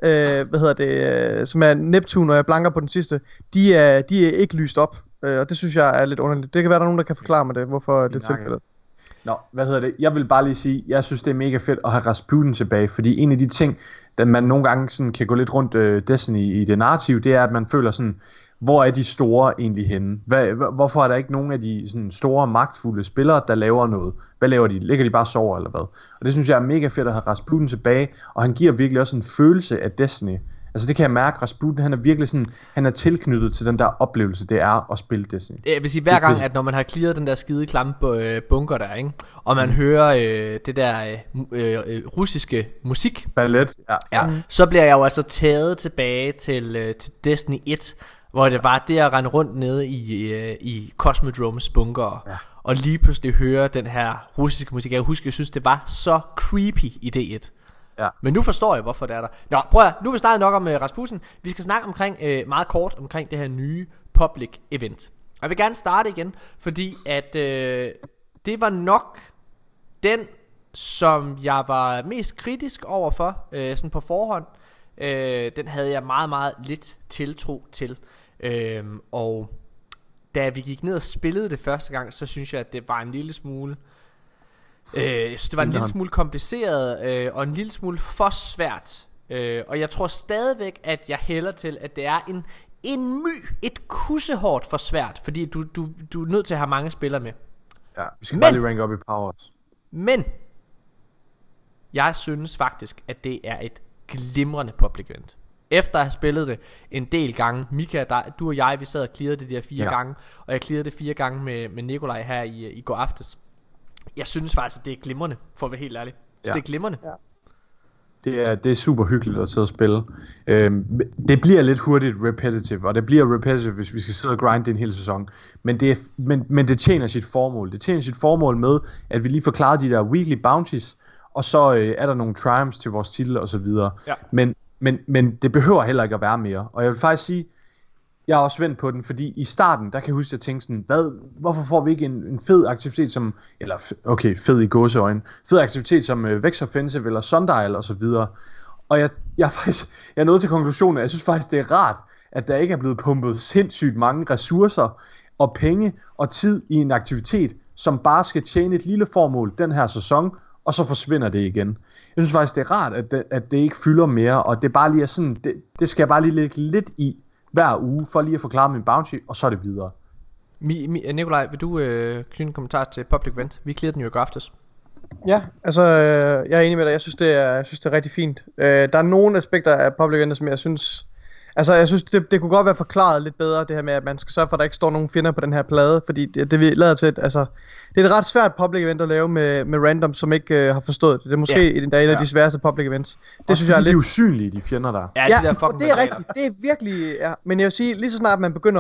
som er Neptun, og jeg blanker på den sidste, de er ikke lyst op. Og det synes jeg er lidt underligt. Det kan være, der er nogen, der kan forklare mig det, hvorfor det er tilfældet. Nå, jeg vil bare lige sige, jeg synes det er mega fedt at have Rasputin tilbage, fordi en af de ting, der man nogle gange sådan kan gå lidt rundt Destiny i det narrativ, det er, at man føler sådan, hvor er de store egentlig henne? Hvorfor er der ikke nogen af de sådan store, magtfulde spillere, der laver noget? Hvad laver de? Ligger de bare og sover eller hvad? Og det synes jeg er mega fedt at have Rasputin tilbage, og han giver virkelig også en følelse af Destiny. Altså det kan jeg mærke, Rasputin, han er virkelig sådan, han er tilknyttet til den der oplevelse, det er at spille Destiny. Jeg vil sige, hver gang, at når man har clearet den der skide klamme bunker der, ikke? Og man hører det der russiske musik, ballet, så bliver jeg jo altså taget tilbage til Destiny 1, hvor det var det at rende rundt nede i Cosmodromes bunker, og lige pludselig høre den her russiske musik. Jeg synes det var så creepy i D1. Ja. Men nu forstår jeg, hvorfor det er der. Nå, prøv at, nu har vi snakket nok om Rasputin. Vi skal snakke omkring, meget kort omkring det her nye public event. Og jeg vil gerne starte igen, fordi at det var nok den, som jeg var mest kritisk overfor, sådan på forhånd. Den havde jeg meget, meget lidt tiltro til. Og da vi gik ned og spillede det første gang, så synes jeg, at det var en lille smule... jeg synes det var en lille smule kompliceret og en lille smule for svært, og jeg tror stadigvæk, at jeg hælder til, at det er et kussehårdt for svært, fordi du er nødt til at have mange spillere med. Ja, vi skal bare lige rank op i powers. Men jeg synes faktisk, at det er et glimrende public event. Efter at have spillet det en del gange, Mika, du og jeg, vi sad og clearede det der 4 gange, og jeg clearede det 4 gange med Nikolaj her i går aftes. Jeg synes faktisk, at det er glimrende, for at være helt ærlig. Så det er glimrende. Ja. Det er super hyggeligt at sidde og spille. Det bliver lidt hurtigt repetitive, og det bliver repetitive, hvis vi skal sidde og grinde en hel sæson. Men det tjener sit formål. Det tjener sit formål med, at vi lige får klaret de der weekly bounties, og så er der nogle triumphs til vores titel og så videre. Ja. Men det behøver heller ikke at være mere. Og jeg vil faktisk sige, jeg er også vendt på den, fordi i starten, der kan jeg huske, at jeg tænkte sådan, hvorfor får vi ikke en fed aktivitet som, eller okay, fed i gåseøjne, fed aktivitet som Vex Offensive eller Sundial og så videre. Og jeg er nået til konklusionen, at jeg synes faktisk, det er rart, at der ikke er blevet pumpet sindssygt mange ressourcer og penge og tid i en aktivitet, som bare skal tjene et lille formål den her sæson, og så forsvinder det igen. Jeg synes faktisk, det er rart, at det ikke fylder mere, og det bare lige er sådan, det skal jeg bare lige lægge lidt i hver uge, for lige at forklare min bounty, og så er det videre. Nikolaj, vil du knytte en kommentar til Public Event? Vi clearede den jo i går aftes. Ja, altså jeg er enig med dig. Jeg synes det er rigtig fint. Der er nogle aspekter af Public Event, som jeg synes... Altså jeg synes det kunne godt være forklaret lidt bedre, det her med at man skal sørge for at der ikke står nogen fjender på den her plade, fordi det vi lader til altså det er et ret svært public event at lave med random som ikke har forstået det. Det er måske et af de sværeste public events. Det og synes jeg er lidt de er usynlige, de fjender der. Ja, det er rigtigt. Det er virkelig men jeg vil sige lige så snart man begynder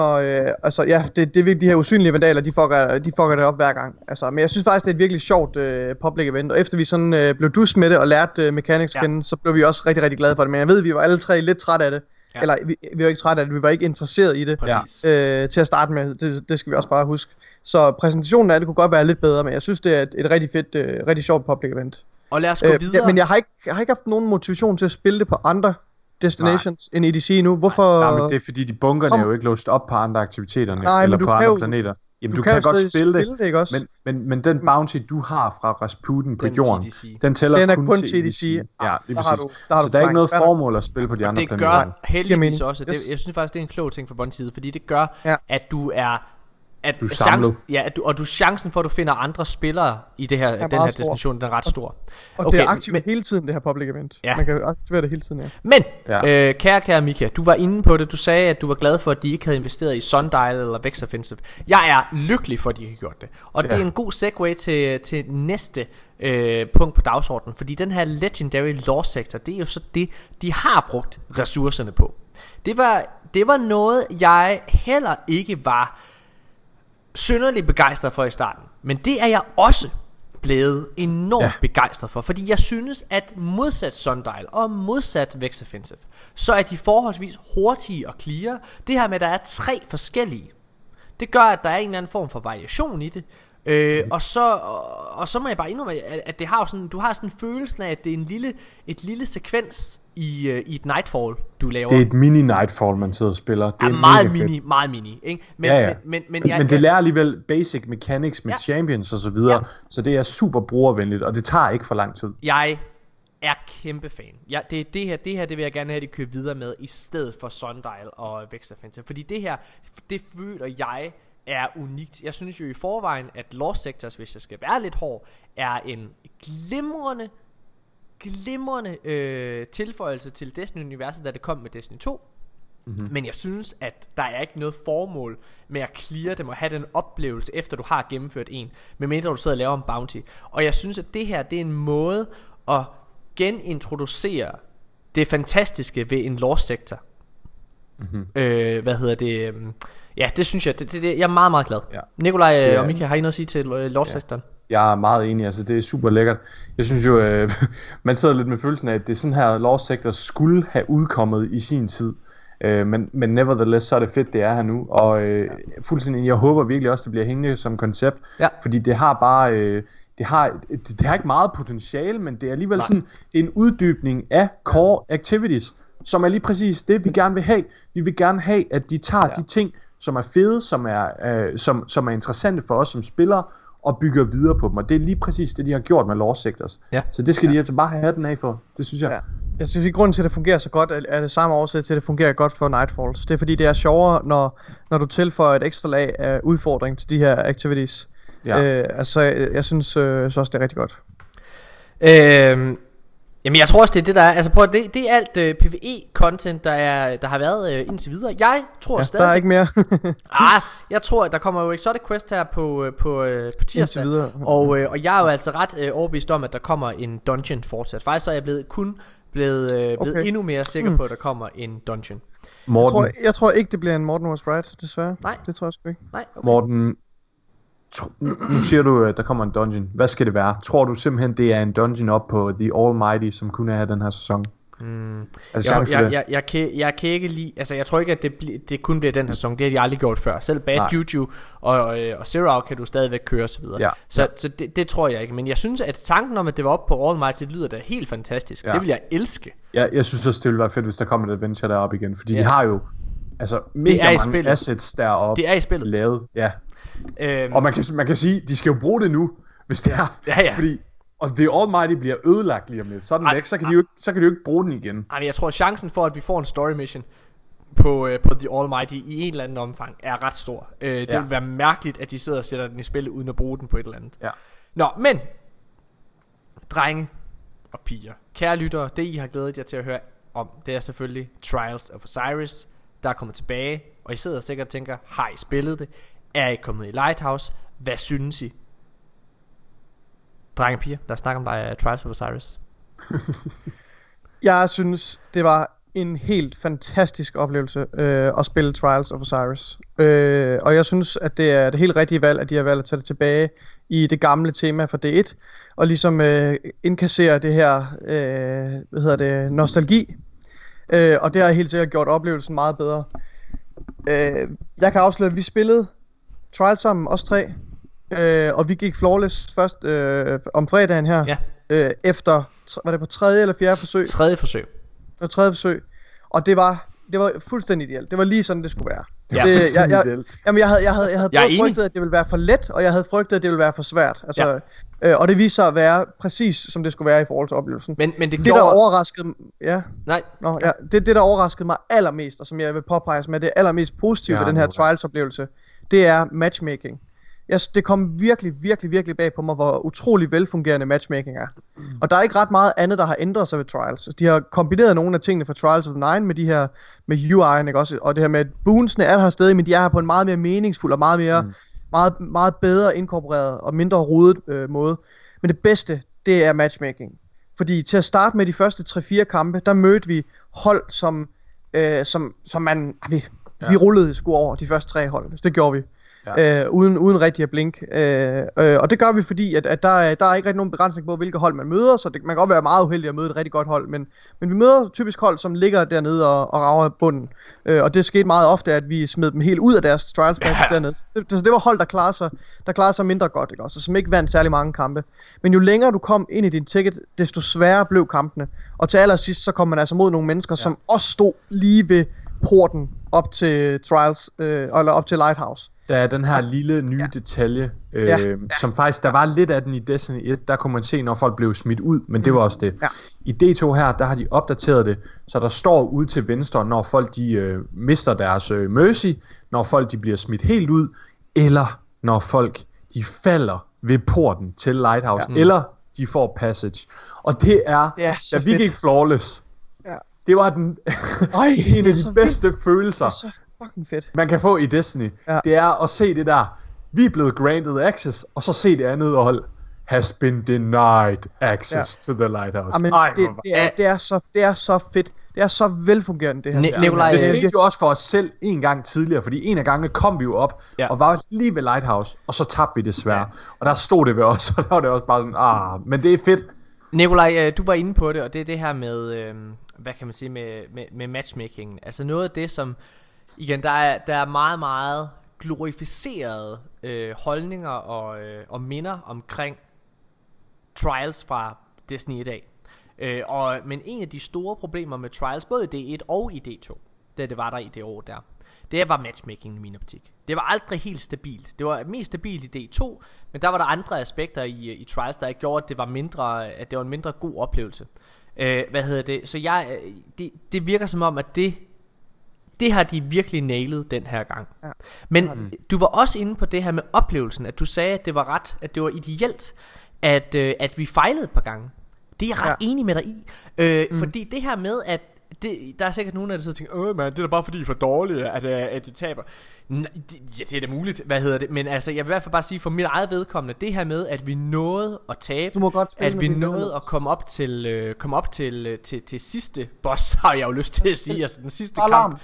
det er virkelig de her usynlige vandaler, de fucker det op hver gang. Altså, men jeg synes faktisk det er et virkelig sjovt public event, og efter vi sådan blev dus med det og lærte mechanics kende, så blev vi også rigtig rigtig glade for det. Men jeg ved vi var alle tre lidt trætte af det. Ja. Eller vi var ikke trætte af det, vi var ikke interesseret i det til at starte med, det skal vi også bare huske. Så præsentationen af det kunne godt være lidt bedre, men jeg synes det er et rigtig fedt, rigtig sjovt public event. Og lad os gå videre. Men jeg har ikke haft nogen motivation til at spille det på andre destinations end EDC nu. Hvorfor? Nej, men det er fordi de bunkerne er jo ikke låst op på andre aktiviteter eller på andre planeter. Jamen, du kan godt spille det ikke også? Men den bounty du har fra Rasputin på jorden, den tæller kun til EDC. Ja, lige præcis. Så der er ikke noget formål at spille på de andre planeter. Det gør heldigvis også. Jeg synes faktisk det er en klog ting for Bungie, fordi det gør at du er chancen for at du finder andre spillere i det her den her destination, den er ret stor. Og det er aktivt hele tiden det her public event. Man kan aktivere det hele tiden. Men kære Mika, du var inde på det. Du sagde at du var glad for at de ikke havde investeret i Sundial eller Vex Offensive. Jeg er lykkelig for at de ikke har gjort det. Og det er en god segue til næste punkt på dagsordenen, fordi den her Legendary Lore Sector, det er jo så det de har brugt ressourcerne på. Det var noget jeg heller ikke var synderligt begejstret for i starten, men det er jeg også blevet enormt begejstret for, fordi jeg synes, at modsat Sundial og modsat Vex Offensive, så er de forholdsvis hurtige og clear. Det her med, at der er 3 forskellige, det gør, at der er en eller anden form for variation i det. Og så må jeg bare indrømme, at det har sådan, du har sådan følelsen af, at det er et lille sekvens i et Nightfall, du laver. Det er et mini Nightfall, man sidder og spiller. Det er meget mini, ikke? Men det lærer alligevel basic mechanics med champions og så videre, så det er super brugervenligt, og det tager ikke for lang tid. Jeg er kæmpe fan. Det her vil jeg gerne have, at de kører videre med, i stedet for Sundial og Vex Offensive. Fordi det her, det føler jeg er unikt. Jeg synes jo i forvejen, at Lost Sectors, hvis jeg skal være lidt hård, er en glimrende tilføjelse til Destiny-universet, da det kom med Destiny 2. Men jeg synes, at der er ikke noget formål med at clear dem og have den oplevelse, efter du har gennemført en, medmindre du sidder og laver en bounty. Og jeg synes, at det her, det er en måde at genintroducere det fantastiske ved en Lost Sector. Ja, det synes jeg. Jeg er meget, meget glad. Nikolaj og Mika, har I noget at sige til Lost Sector? Jeg er meget enig, altså det er super lækkert. Jeg synes jo, man sidder lidt med følelsen af, at det sådan her Lost Sector skulle have udkommet i sin tid. Men nevertheless, så er det fedt, det er her nu. Og fuldstændig, jeg håber virkelig også, det bliver hængende som koncept. Fordi det har bare... Det har ikke meget potentiale, men det er alligevel sådan, det er en uddybning af core activities, som er lige præcis det, vi gerne vil have. Vi vil gerne have, at de tager de ting, som er fede, som er interessante for os som spillere, og bygger videre på dem. Og det er lige præcis det, de har gjort med Lost Sectors. Så det skal de altså bare have hatten af for. Det synes jeg. Ja. Jeg synes, at grunden til, at det fungerer så godt, er det samme årsag til, at det fungerer godt for Nightfalls. Det er fordi, det er sjovere, når du tilføjer et ekstra lag af udfordring til de her activities. Jeg synes så også, det er rigtig godt. Jamen jeg tror også, det er det der er. Altså prøv, det er alt PvE-content, der har været indtil videre. Jeg tror stadig... Der er ikke mere. Jeg tror, at der kommer jo Exotic Quest her på tirsdag. Og jeg er jo altså ret overbevist om, at der kommer en dungeon fortsat. Faktisk så er jeg blevet endnu mere sikker på, at der kommer en dungeon. Jeg tror ikke, det bliver en Morten Wars Bride, desværre. Nej. Det tror jeg sgu ikke. Nej, okay. Morten, nu siger du, at der kommer en dungeon. Hvad skal det være? Tror du simpelthen, det er en dungeon op på The Almighty, som kun er den her sæson? Jeg kan ikke lide. Altså jeg tror ikke, at det kun bliver den her sæson. Det har de aldrig gjort før. Selv Bad Juju og Zero kan du stadigvæk køre og så videre. Så det tror jeg ikke. Men jeg synes, at tanken om, at det var op på Almighty, lyder da helt fantastisk. Det vil jeg elske. Jeg synes også, det ville være fedt, hvis der kommer et adventure derop igen. Fordi de har jo mega mange assets deroppe. Det er i spillet lavet. Og man kan sige, de skal jo bruge det nu, hvis det er. Fordi og The Almighty bliver ødelagt lige om lidt. Så er den væk, så kan de jo ikke bruge den igen. Jeg tror, at chancen for, at vi får en story mission på The Almighty i en eller anden omfang er ret stor. Det vil være mærkeligt, at de sidder og sætter den i spil uden at bruge den på et eller andet. Nå, men drenge og piger, kære lyttere, det I har glædet jer til at høre om, det er selvfølgelig Trials of Osiris, der er kommet tilbage. Og I sidder sikkert og tænker, har I spillet det? Er I kommet i Lighthouse? Hvad synes I? Drenge og piger, lad os snakke om dig, Trials of Osiris. Jeg synes, det var en helt fantastisk oplevelse at spille Trials of Osiris. Og jeg synes, at det er det helt rigtige valg, at de har valgt at tage det tilbage i det gamle tema for D1. Og ligesom indkassere det her, nostalgi. Og det har helt sikkert gjort oplevelsen meget bedre. Jeg kan afsløre, at vi spillede Trials sammen, os tre. Og vi gik flawless først om fredagen her. Efter, var det på tredje eller fjerde forsøg? Tredje forsøg. Det var tredje forsøg. Og det var fuldstændig ideelt. Det var lige sådan, det skulle være. Jeg havde både frygtet, at det ville være for let, og jeg havde frygtet, at det ville være for svært. Altså, og det viste sig at være præcis, som det skulle være i forhold til oplevelsen. Men det der overraskede... Det der overraskede mig allermest, og som jeg vil påpege som er det allermest positive ved den her Trials-oplevelse, det er matchmaking. Det kom virkelig bag på mig, hvor utrolig velfungerende matchmaking er. Og der er ikke ret meget andet, der har ændret sig ved Trials. De har kombineret nogle af tingene fra Trials of the Nine med de her med UI'en, ikke også? Og det her med, at boonsene er her stadig, men de er her på en meget mere meningsfuld og meget mere meget bedre inkorporeret og mindre rodet måde. Men det bedste, det er matchmaking. Fordi til at starte med de første 3-4 kampe, der mødte vi hold, som vi rullede sgu over de første 3 hold. Så det gjorde vi. uden rigtig at blink. Og det gør vi, fordi at der er ikke rigtig nogen begrænsning på, hvilke hold man møder, så man kan godt være meget uheldig at møde et rigtig godt hold, men vi møder typisk hold, som ligger dernede og rager bunden. Og det skete meget ofte, at vi smed dem helt ud af deres trials match dernede. Så det var hold, der klarede sig mindre godt, ikke også? Som ikke vandt særlig mange kampe. Men jo længere du kom ind i din ticket, desto sværere blev kampene. Og til allersidst, så kom man altså mod nogle mennesker, som også stod lige ved porten op til trials, eller op til Lighthouse. Der er den her lille nye detalje, som faktisk, der var lidt af den i Destiny 1, der kunne man se, når folk blev smidt ud, men det var også det. Ja. I D2 her, der har de opdateret det, så der står ude til venstre, når folk de mister deres mercy, når folk de bliver smidt helt ud, eller når folk de falder ved porten til Lighthouse, eller de får passage. Og det er da vi gik flawless. Ja. Det var en af de bedste følelser. Det er så fucking fedt. Man kan få i Destiny. Ja. Det er at se det der. Vi er blevet granted access, og så se det andet hold has been denied access to the Lighthouse. Jamen, det er så fedt. Det er så velfungerende det her. Nikolaj, det skete jo også for os selv en gang tidligere, fordi en af gangene kom vi jo op og var lige ved Lighthouse, og så tabte vi desværre. Ja. Og der stod det ved os, og der var det også bare sådan, men det er fedt. Nikolaj, du var inde på det, og det er det her med, hvad kan man sige, med matchmaking. Altså noget af det, som, igen, der er meget, meget glorificerede holdninger og minder omkring Trials fra Destiny i dag. Men en af de store problemer med Trials, både i D1 og i D2, det var der i det år der, det var matchmaking i min optik. Det var aldrig helt stabilt. Det var mest stabilt i D2, men der var der andre aspekter i Trials, der gjorde, at det var en mindre god oplevelse. Så det virker som om, at det har de virkelig nailet den her gang. Ja. Men du var også inde på det her med oplevelsen, at du sagde, at det var ideelt, at vi fejlede et par gange. Det er jeg ret enig med dig i. Fordi det her med, at der er sikkert nogen af der sidder og tænker, man, det er da bare fordi I er for dårlige, at de taber. Det er da muligt, men altså, jeg vil i hvert fald bare sige for mit eget vedkommende, det her med, at vi nåede at tabe, at vi nåede at komme op til sidste boss, har jeg jo lyst til at sige, altså den sidste kamp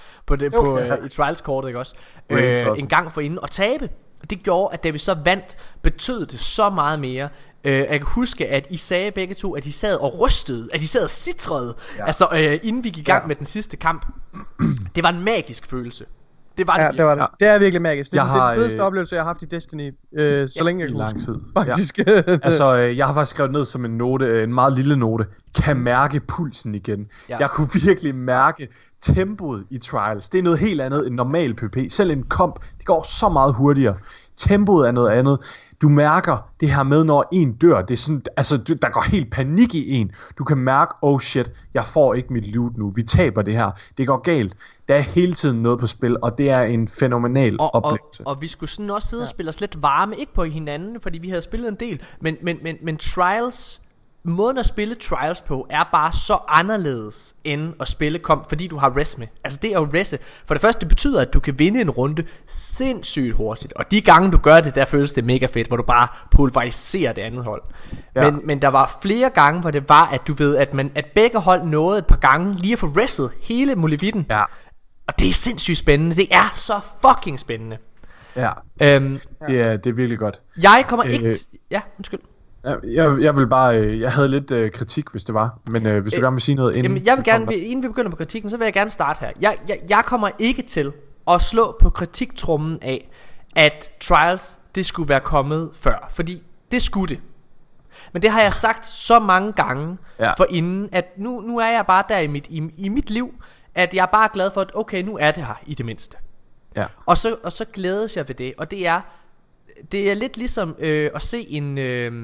i Trials-kortet, ikke også? En gang forinden, og tabe. Det gjorde, at da vi så vandt, betød det så meget mere. Jeg kan huske, at I sagde begge to, at de sad og rystede, at de sad og sitrede, inden vi gik i gang med den sidste kamp. Det var en magisk følelse. Det var det. Det er virkelig magisk. Det er den fedeste oplevelse, jeg har haft i Destiny, så længe jeg kan huske. Tid. Faktisk. Altså, jeg har faktisk skrevet ned som en note, en meget lille note. Kan mærke pulsen igen. Ja. Jeg kunne virkelig mærke tempoet i Trials. Det er noget helt andet end normal PvP. Selv en komp, det går så meget hurtigere. Tempoet er noget andet. Du mærker det her med, når en dør, det er sådan, altså der går helt panik i en. Du kan mærke, oh shit, jeg får ikke mit loot nu. Vi taber det her. Det går galt. Der er hele tiden noget på spil, og det er en fænomenal oplevelse. Og vi skulle sådan også sidde og spille os lidt varme, ikke på hinanden, fordi vi havde spillet en del, men Trials, måden at spille Trials på er bare så anderledes end at spille komp, fordi du har res med. Altså det er jo resse. For det første, det betyder, at du kan vinde en runde sindssygt hurtigt. Og de gange du gør det, der føles det mega fedt, hvor du bare pulveriserer det andet hold. Ja. Men der var flere gange, hvor det var, at du ved, at begge hold nåede et par gange lige at få resset hele muligheden. Ja. Og det er sindssygt spændende. Det er så fucking spændende. Ja. Det er virkelig godt. Jeg kommer ikke... Ja, undskyld. Jeg vil bare, jeg havde lidt kritik, hvis det var. Men hvis du gerne vil sige noget inden. Jamen, jeg vil gerne, inden vi begynder på kritikken, så vil jeg gerne starte her. Jeg kommer ikke til at slå på kritiktrummen af, at Trials, det skulle være kommet før. Fordi det skulle det. Men det har jeg sagt så mange gange for inden, at nu er jeg bare der i mit liv, at jeg er bare glad for, at okay, nu er det her i det mindste. Ja. Og så glædes jeg ved det. Og det er lidt ligesom at se en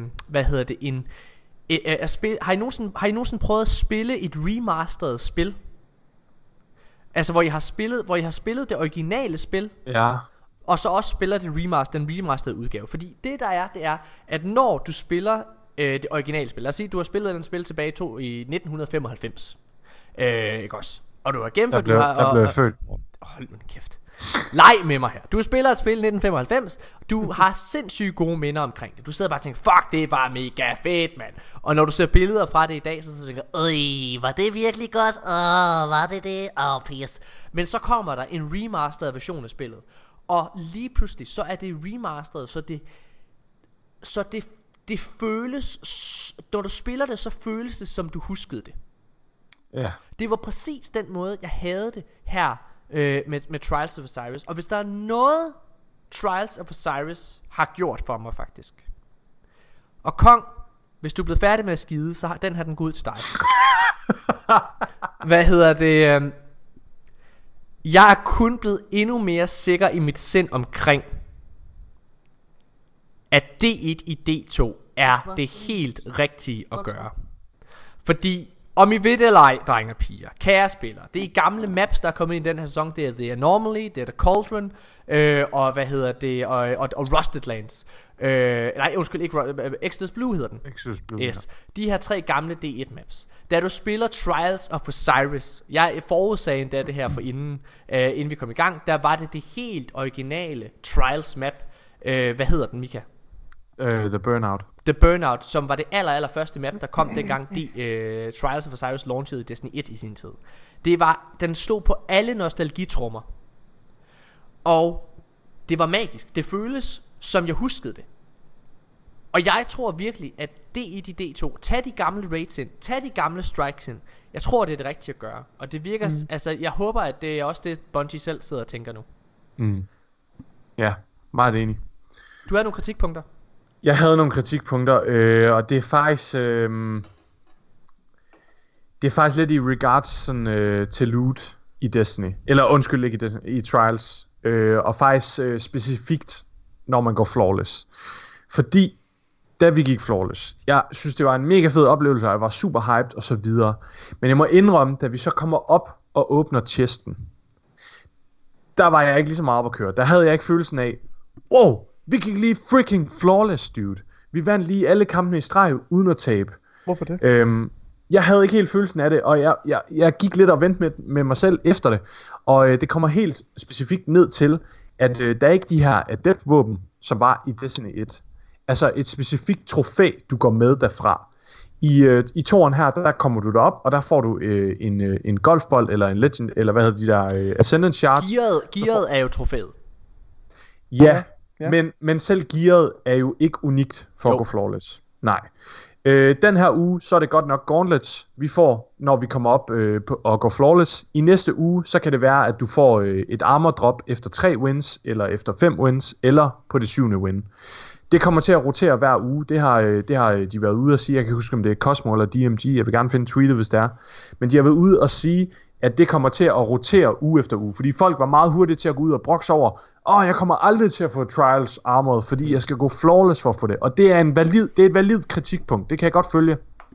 har I nogensinde prøvet at spille et remasteret spil? Altså hvor I har spillet det originale spil. Ja. Og så også spiller den remasterede udgave. Fordi det er, at når du spiller det originale spil, lad os sige, du har spillet den spil tilbage i 1995. Ikke også? Og du har gennemført, jeg blev født. Hold min kæft. Leg med mig her. Du spiller et spil i 1995. Du har sindssygt gode minder omkring det. Du sidder bare og tænker, fuck, det er bare mega fedt, mand. Og når du ser billeder fra det i dag, så tænker du, var det virkelig godt? Var det? Pis. Men så kommer der en remastered version af spillet, Og lige pludselig så er det remasteret, så det føles, når du spiller det, så føles det som du huskede det. Ja. Det var præcis den måde jeg havde det her med Trials of Osiris. Og hvis der er noget Trials of Osiris har gjort for mig faktisk, og Kong, hvis du er blevet færdig med at skide, så har den gået ud til dig. Hvad hedder det? Jeg er kun blevet endnu mere sikker i mit sind omkring, at D1 i D2 er det helt rigtige at gøre. Fordi om I ved det eller ej, drenge og piger, kære spillere, det er gamle maps, der er kommet ind i den her sæson. Det er The Anomaly, det er The Cauldron, og hvad hedder det, og Rusted Lands. Nej, undskyld, ikke Exodus Blue hedder den. Exodus Blue, yes. De her 3 gamle D1 maps. Da du spiller Trials of Osiris, jeg forudsagde endda det her for inden vi kom i gang, der var det helt originale Trials map. Hvad hedder den, Mika? The Burnout. The Burnout, som var det aller første map, der kom dengang Trials of Osiris launchede i Destiny 1 i sin tid. Den stod på alle nostalgitrummer. Og det var magisk. Det føles som jeg huskede det. Og jeg tror virkelig at D1 i D2, tag de gamle raids ind, tag de gamle strikes ind. Jeg tror det er det rigtige at gøre. Og det virker, altså jeg håber at det er også det Bungie selv sidder og tænker nu. Ja, meget enig. Du har nogle kritikpunkter? Jeg havde nogle kritikpunkter, og det er faktisk lidt i regards sådan, til loot i Destiny. Eller undskyld, ikke i Destiny, i Trials. Og faktisk specifikt, når man går flawless. Fordi, da vi gik flawless, jeg synes det var en mega fed oplevelse, og jeg var super hyped og så videre. Men jeg må indrømme, da vi så kommer op og åbner chesten, der var jeg ikke lige så meget op at køre. Der havde jeg ikke følelsen af, wow, vi gik lige freaking flawless, dude. Vi vandt lige alle kampene i streg uden at tabe. Hvorfor det? Jeg havde ikke helt følelsen af det, og jeg gik lidt og vendte med mig selv efter det. Og det kommer helt specifikt ned til, at der er ikke de her adept-våben, som var i Destiny 1. Altså et specifikt trofæ, du går med derfra. I toren her, der kommer du derop, og der får du en golfbold, eller en legend, eller hvad hedder de der, Ascendant Shards. Gearet er jo trofæet. Ja. Men selv gearet er jo ikke unikt for at gå flawless. Nej. Den her uge, så er det godt nok gauntlets, vi får, når vi kommer op og går flawless. I næste uge, så kan det være, at du får et armor drop efter 3 wins, eller efter 5 wins, eller på det 7. win. Det kommer til at rotere hver uge. Det har de været ude at sige. Jeg kan huske, om det er Cosmo eller DMG. Jeg vil gerne finde tweetet, hvis det er. Men de har været ude at sige, at det kommer til at rotere uge efter uge. Fordi folk var meget hurtige til at gå ud og brokse over, jeg kommer aldrig til at få Trials armored, fordi jeg skal gå flawless for at få det. Og det er et validt kritikpunkt. Det kan jeg godt følge.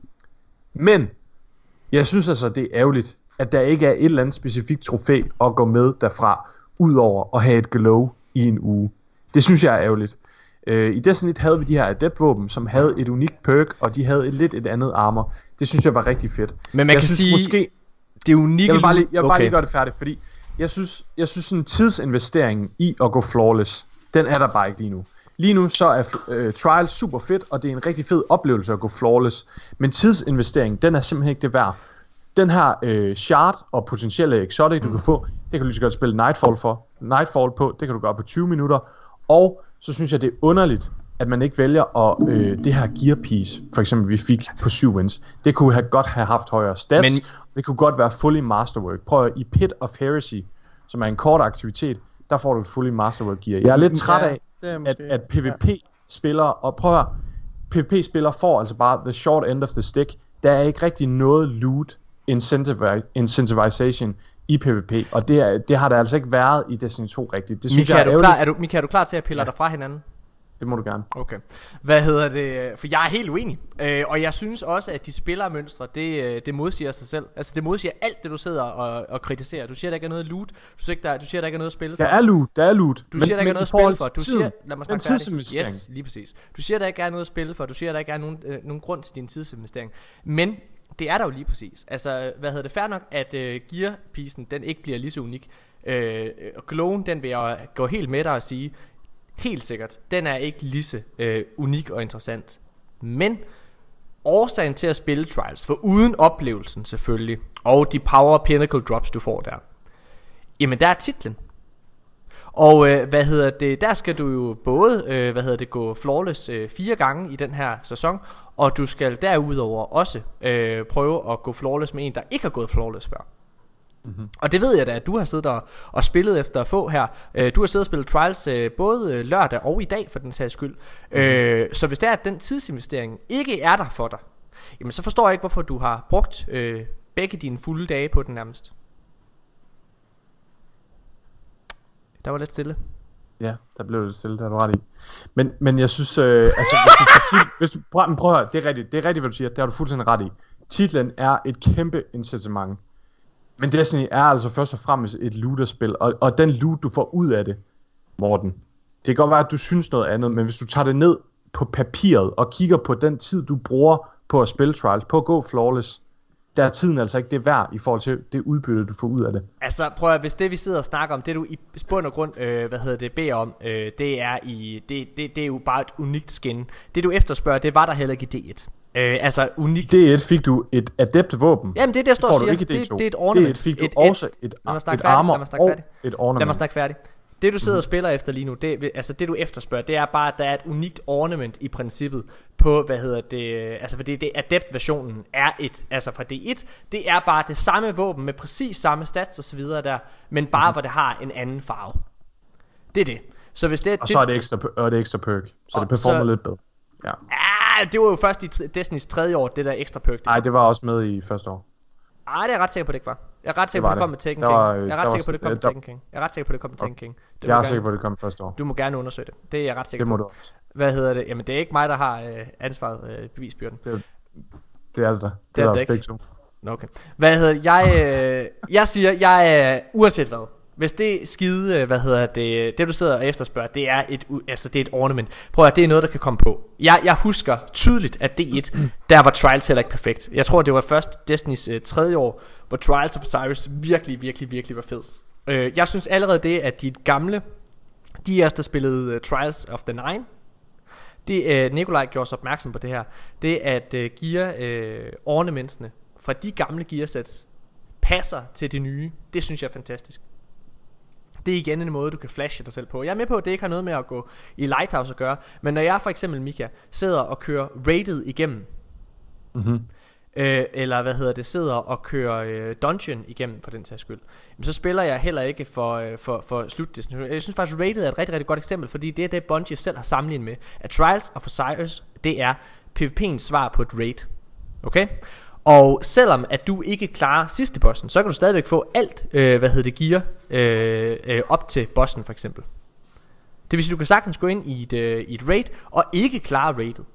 Men jeg synes altså, det er ærgerligt, at der ikke er et eller andet specifikt trofæ at gå med derfra, udover at have et glow i en uge. Det synes jeg er ærgerligt. I Destiny havde vi de her adept-våben, som havde et unikt perk, og de havde et andet armor. Det synes jeg var rigtig fedt. Men man kan sige, måske, det unikke... Jeg vil bare lige gøre det færdigt, fordi jeg synes sådan tidsinvesteringen i at gå flawless, den er der bare ikke lige nu. Lige nu så er Trials super fedt, og det er en rigtig fed oplevelse at gå flawless. Men tidsinvesteringen, den er simpelthen ikke det værd. Den her shard og potentielle exotic, du kan få, det kan du lige så godt spille Nightfall på, det kan du gøre på 20 minutter. Og så synes jeg, det er underligt, at man ikke vælger at det her gear piece, for eksempel vi fik på 7 wins, det kunne godt have haft højere stats, men det kunne godt være fully masterwork. Prøv i Pit of Heresy, som er en kort aktivitet, der får du et fully masterwork gear. Jeg er lidt træt af, at PvP-spillere, og prøv at PvP-spillere får altså bare the short end of the stick. Der er ikke rigtig noget loot incentivization i PvP, og det har der altså ikke været i Destiny 2 rigtigt. Det synes er du klar til at pille dig fra hinanden? Det må du gerne. Okay. Hvad hedder det? For jeg er helt uenig. Og jeg synes også, at de spillermønstre, det modsiger sig selv. Altså det modsiger alt det, du sidder og kritiserer. Du siger, der ikke er noget loot. Du siger, der ikke er noget at spille for. Der er loot. Du siger, der ikke er noget at spille for. Du siger, lad mig snakke færdig. Yes, lige præcis. Du siger, der ikke er noget at spille for. Du siger, der ikke er nogen grund til din tidsinvestering. Men det er der jo lige præcis. Altså, fair nok, at gear-pisen, den ikke bliver lige så unik. Glowen, den vil jeg gå helt med dig og sige, helt sikkert, den er ikke lige så unik og interessant. Men årsagen til at spille Trials, for uden oplevelsen selvfølgelig, og de power pinnacle drops du får der, jamen der er titlen. Og der skal du jo både gå flawless 4 gange i den her sæson, og du skal derudover også prøve at gå flawless med en, der ikke har gået flawless før. Mm-hmm. Og det ved jeg da, at du har siddet og spillet efter at få her. Du har siddet og spillet Trials både lørdag og i dag for den sags skyld. Så hvis det er, at den tidsinvestering ikke er der for dig, jamen så forstår jeg ikke, hvorfor du har brugt begge dine fulde dage på den nærmest. Der var lidt stille. Ja, der blev lidt stille, der var ret i. Men jeg synes, prøv at høre, det er rigtigt, hvad du siger, det har du fuldstændig ret i. Titlen er et kæmpe incitament. Men Destiny er altså først og fremmest et looterspil, og den loot, du får ud af det, Morten, det kan godt være, at du synes noget andet, men hvis du tager det ned på papiret og kigger på den tid, du bruger på at spille Trials, på at gå flawless, der er tiden altså ikke det værd i forhold til det udbytte, du får ud af det. Altså prøv at, hvis det vi sidder og snakker om, det du i bund og grund beder om, det er jo bare et unikt skin. Det du efterspørger, det var der heller ikke i D1. Altså unikt. D1 fik du et adept våben. Jamen det er det jeg står og siger. Det er et ornament. D1 fik du også et armor og et ornament. Lad mig snakke færdig. Det du sidder og spiller efter lige nu, det du efterspørger, det er bare, at der er et unikt ornament i princippet på, altså fordi det adept versionen er fra D1, det er bare det samme våben med præcis samme stats og så videre der, men bare hvor det har en anden farve. Det er det. Så hvis det og så er det ekstra perk, så det performer lidt bedre. Ja. Det var jo først i Destinys 3. år, det der ekstra perk. Nej, det var også med i første år. Nej, det er jeg ret sikker på, det ikke var. Jeg er ret sikker på, det kom med Taken King. Jeg er ret sikker på, det kom med Taken King. Jeg er ret sikker på, det kom med Taken King. Jeg er sikker på, det kom første år. Du må gerne undersøge det. Det er jeg ret sikker på. Det må du også. Jamen, det er ikke mig, der har ansvaret, bevisbyrden. Det er det da. Det er også begge to. Okay. Jeg siger, jeg er uanset hvad. Hvis det skide, det du sidder og efterspørger, det er et ornament. Prøv at det er noget, der kan komme på. Jeg husker tydeligt, at D1, der var Trials heller ikke perfekt. Jeg tror, det var først Destinys 3. år, hvor Trials of Osiris virkelig var fed. Jeg synes allerede det, at de gamle, de der spillede Trials of the Nine, Nikolaj gjorde sig opmærksom på det her, det at gear ornamentsene fra de gamle gearsets passer til de nye, det synes jeg er fantastisk. Det er igen en måde, du kan flashe dig selv på. Jeg er med på, at det ikke har noget med at gå i Lighthouse at gøre. Men når jeg for eksempel, Mika, sidder og kører rated igennem, eller sidder og kører dungeon igennem for den sags skyld, så spiller jeg heller ikke for slutdestination. Jeg synes faktisk, rated er et rigtig godt eksempel, fordi det er det, Bungie selv har sammenlignet med. At Trials of Osiris, det er PvP'ens svar på et raid. Okay? Og selvom at du ikke klarer sidste bossen, så kan du stadigvæk få alt gear op til bossen for eksempel. Det vil sige, du kan sagtens gå ind i et raid og ikke klare raidet.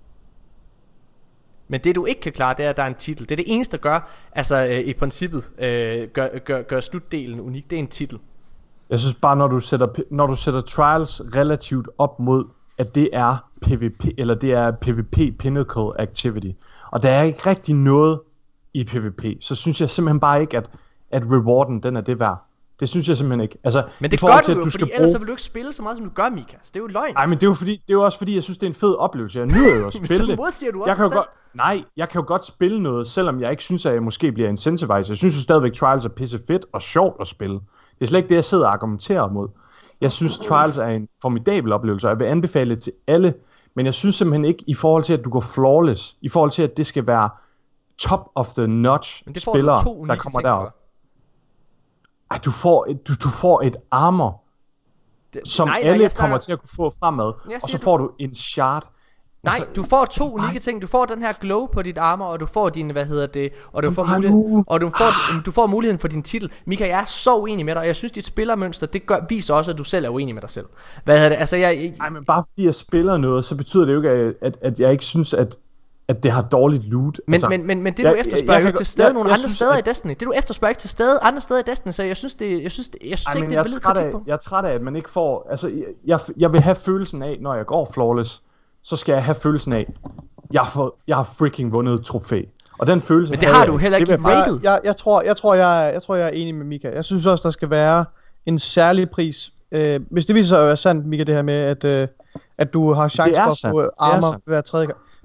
Men det du ikke kan klare, det er, at der er en titel. Det er det eneste, der gør, i princippet gør slutdelen unik. Det er en titel. Jeg synes bare, når du sætter Trials relativt op mod, at det er PvP, eller det er PvP Pinnacle Activity, og der er ikke rigtig noget i PvP, så synes jeg simpelthen bare ikke, at rewarden, den er det værd. Det synes jeg simpelthen ikke. Altså, men det gør du jo, fordi ellers så vil du ikke spille så meget, som du gør, Mika. Det er jo løgn. Nej, men det er jo også fordi, jeg synes, det er en fed oplevelse. Jeg nyder jo at spille det. Men så modsiger du også selv. Jeg kan jo godt spille noget, selvom jeg ikke synes, at jeg måske bliver incentivized. Jeg synes jo stadigvæk, Trials er pisse fedt og sjovt at spille. Det er slet ikke det, jeg sidder og argumenterer mod. Jeg synes, Trials er en formidabel oplevelse, og jeg vil anbefale det til alle. Men jeg synes simpelthen ikke, i forhold til, at du går flawless, i forhold til, at det skal være top of the notch spillere, der kommer derop. Ej, du får et armor, som alle kommer til at kunne få fremad, og så får du en shard. Nej, du får 2 unikke ting. Du får den her glow på dit armor, og du får din, og du får muligheden, og du får muligheden for din titel. Mika, jeg er så uenig med dig, og jeg synes dit spillermønster, det viser også, at du selv er uenig med dig selv. Nej, men bare fordi jeg spiller noget, så betyder det jo ikke, at jeg ikke synes, at det har dårligt loot. Men det du efterspørger jo ikke til stede nogle andre steder i Destiny. Det du efterspørger ikke til stede andre steder i Destiny, så jeg synes ikke det er et valid kritik på. Jeg er træt af, at man ikke får, altså jeg vil have følelsen af, når jeg går flawless, så skal jeg have følelsen af, jeg har freaking vundet et trofæ. Og den følelse. Men det har du heller ikke i rated. Jeg tror jeg er enig med Mika. Jeg synes også der skal være en særlig pris. Hvis det viser sig at være sandt, Mika, det her med at du har chance for at få armor hver tredje gang,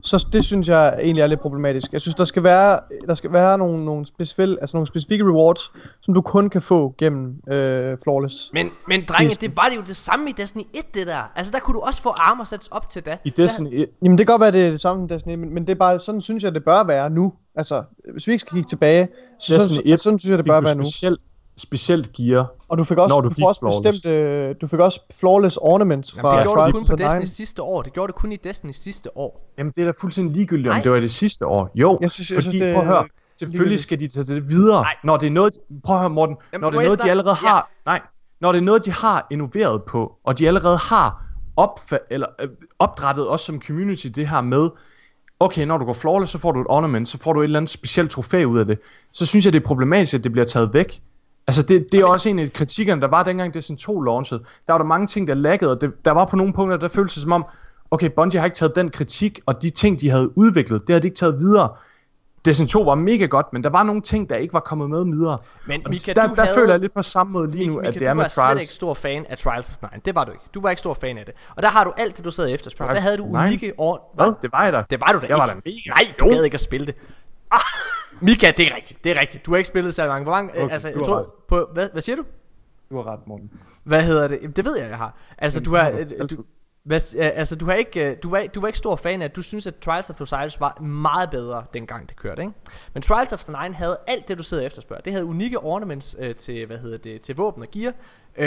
så det synes jeg egentlig er lidt problematisk. Jeg synes, der skal være nogle specifikke rewards, som du kun kan få gennem Flawless. Men drenge, det var det jo det samme i Destiny 1, det der. Altså, der kunne du også få armor sets op til da. I Destiny 1? Jamen, det kan godt være, det er det samme i Destiny, men det er bare, sådan synes jeg, det bør være nu. Altså, hvis vi ikke skal kigge tilbage, sådan synes jeg, det bør være nu. Specielt gear. Og du fik også flawless ornaments fra det gjorde du kun på Destiny sidste år. Det gjorde du kun i Destiny sidste år. Jamen det er da fuldstændig ligegyldigt, om det var det sidste år. Jo, jeg synes, prøv at høre. Selvfølgelig skal de tage det videre. Nej. Når det er noget, prøv at høre Morten, når det er noget de allerede har, når det er noget de har innoveret på, og de allerede har opdrettet os som community det her med, okay, når du går flawless, så får du et ornament, så får du et eller andet specielt trofæ ud af det. Så synes jeg det er problematisk, at det bliver taget væk. Altså det er også en af kritikkerne, der var dengang Destiny 2 launchet. Der var der mange ting, der laggede, og der var på nogle punkter, der føltes som om, okay, Bungie har ikke taget den kritik, og de ting, de havde udviklet, det havde de ikke taget videre. Destiny 2 var mega godt, men der var nogle ting, der ikke var kommet med videre. Men Mika, der føler jeg lidt på samme måde lige nu, at det er med Trials. Du var slet ikke stor fan af Trials of 9. Det var du ikke. Du var ikke stor fan af det. Og der har du alt det, du sad og efterspørger. Der havde du unikke år. Hvad? Det var jeg da. Det var du da ikke. Var mega. Nej, du gad ikke at spille det. Mika, det er rigtigt. Du har ikke spillet så mange. Hvor mange okay, altså, jeg tror, på, hvad siger du? Du har ret, Morten. Hvad hedder det? Det ved jeg har. Altså, du har, du var ikke stor fan af, at du synes, at Trials of Osiris var meget bedre, dengang det kørte, ikke? Men Trials of the Nine havde alt det, du sidder og efterspørger. Det havde unikke ornaments til, til våben og gear.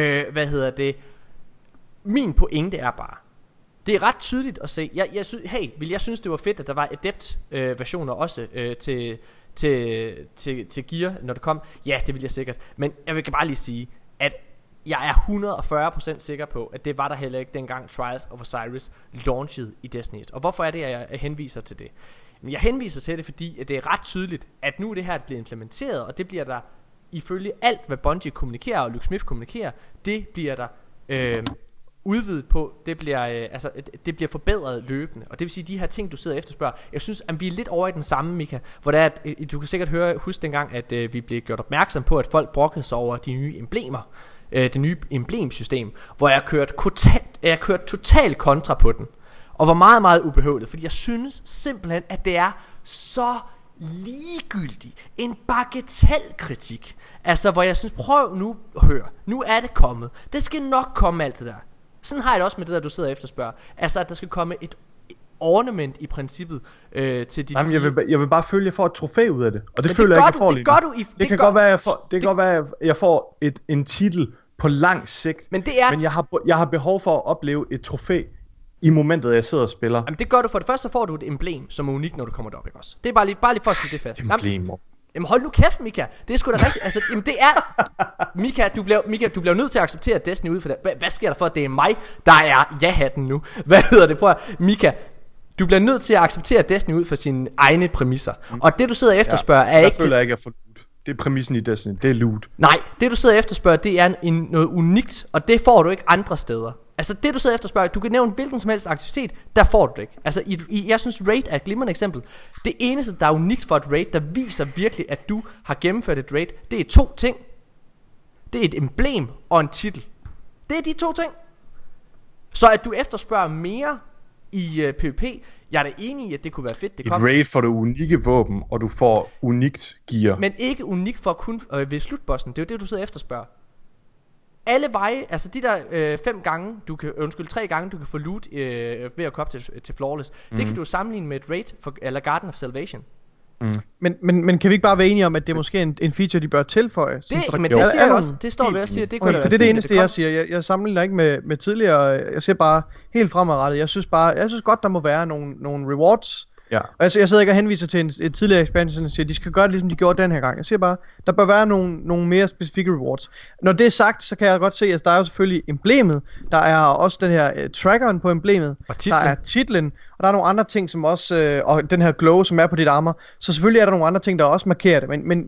Min pointe er bare, det er ret tydeligt at se. Jeg synes det var fedt, at der var adept versioner også til gear, når det kom. Ja, det vil jeg sikkert. Men jeg vil bare lige sige, at jeg er 140% sikker på, at det var der heller ikke dengang Trials of Osiris launchede i Destiny 1. Og hvorfor er det, at jeg henviser til det? Jeg henviser til det, fordi at det er ret tydeligt, at nu det her er blevet implementeret, og det bliver der ifølge alt, hvad Bungie kommunikerer og Luke Smith kommunikerer, det bliver der udvidet på, det bliver forbedret løbende. Og det vil sige, de her ting, du sidder og efterspørger, jeg synes, at vi er lidt over i den samme, Mika, hvor det er, at du kan sikkert huske dengang, at vi blev gjort opmærksom på, at folk brokkede sig over de nye emblemer, det nye emblemsystem, hvor jeg kørte total kontra på den, og var meget, meget ubehøvlet, fordi jeg synes simpelthen, at det er så ligegyldig, en bagatelkritik. Altså, hvor jeg synes, prøv nu at høre, nu er det kommet. Det skal nok komme alt det der. Sådan har jeg det også med det der, du sidder og efterspørger. Altså, at der skal komme et ornament i princippet til dit. Jamen, jeg vil bare føle, at jeg får et trofæ ud af det. Og det føler jeg ikke, jeg får lige. Det kan godt være, at jeg får en titel på lang sigt. Men jeg har behov for at opleve et trofæ i momentet, jeg sidder og spiller. Jamen, det gør du. For det første, så får du et emblem, som er unikt, når du kommer derop, ikke også? Det er bare lige for at slå det fast. Jamen hold nu kæft, Mika. Det er sgu da rigtigt. Altså, jamen det er Mika, du bliver nødt til at acceptere Destiny ud for det. Hvad sker der for, at det er mig, der er ja-hatten nu? Hvad hedder det? Prøv at, Mika, du bliver nødt til at acceptere Destiny ud for sine egne præmisser. Og det du sidder og efterspørger er ikke. Jeg føler ikke, at jeg får loot. Det er præmissen i Destiny. Det er loot. Nej, det du sidder og efterspørger, det er noget unikt, og det får du ikke andre steder. Altså det du sidder og efterspørger, du kan nævne hvilken som helst aktivitet, der får du det ikke. Altså jeg synes Raid er et glimrende eksempel. Det eneste der er unikt for et Raid, der viser virkelig at du har gennemført et Raid, det er 2 ting. Det er et emblem og en titel. Det er de 2 ting. Så at du efterspørger mere i PvP, jeg er da enig i at det kunne være fedt det kom. Et Raid får du unikke våben, og du får unikt gear. Men ikke unikt for kun ved slutbossen. Det er jo det du sidder og efterspørger. Alle veje, altså de der 5 gange, 3 gange du kan få loot ved at komme til Flawless. Det kan du sammenligne med et raid eller Garden of Salvation. Men kan vi ikke bare være enige om, at det er måske en feature, de bør tilføje? Det siger jeg også. Det står vi også siger. Det kunne for det er det eneste, jeg siger. Jeg sammenligner ikke med tidligere. Jeg siger bare helt fremadrettet. Jeg synes godt, der må være nogle rewards. Ja. Og jeg sidder ikke og henviser til et tidligere expansion og siger, de skal gøre det ligesom de gjorde den her gang. Jeg siger bare, der bør være nogle mere specifikke rewards. Når det er sagt, så kan jeg godt se, at der er jo selvfølgelig emblemet. Der er også den her trackeren på emblemet. Der er titlen. Og der er nogle andre ting, som også og den her glow, som er på dit armor. Så selvfølgelig er der nogle andre ting, der også markerer det. Men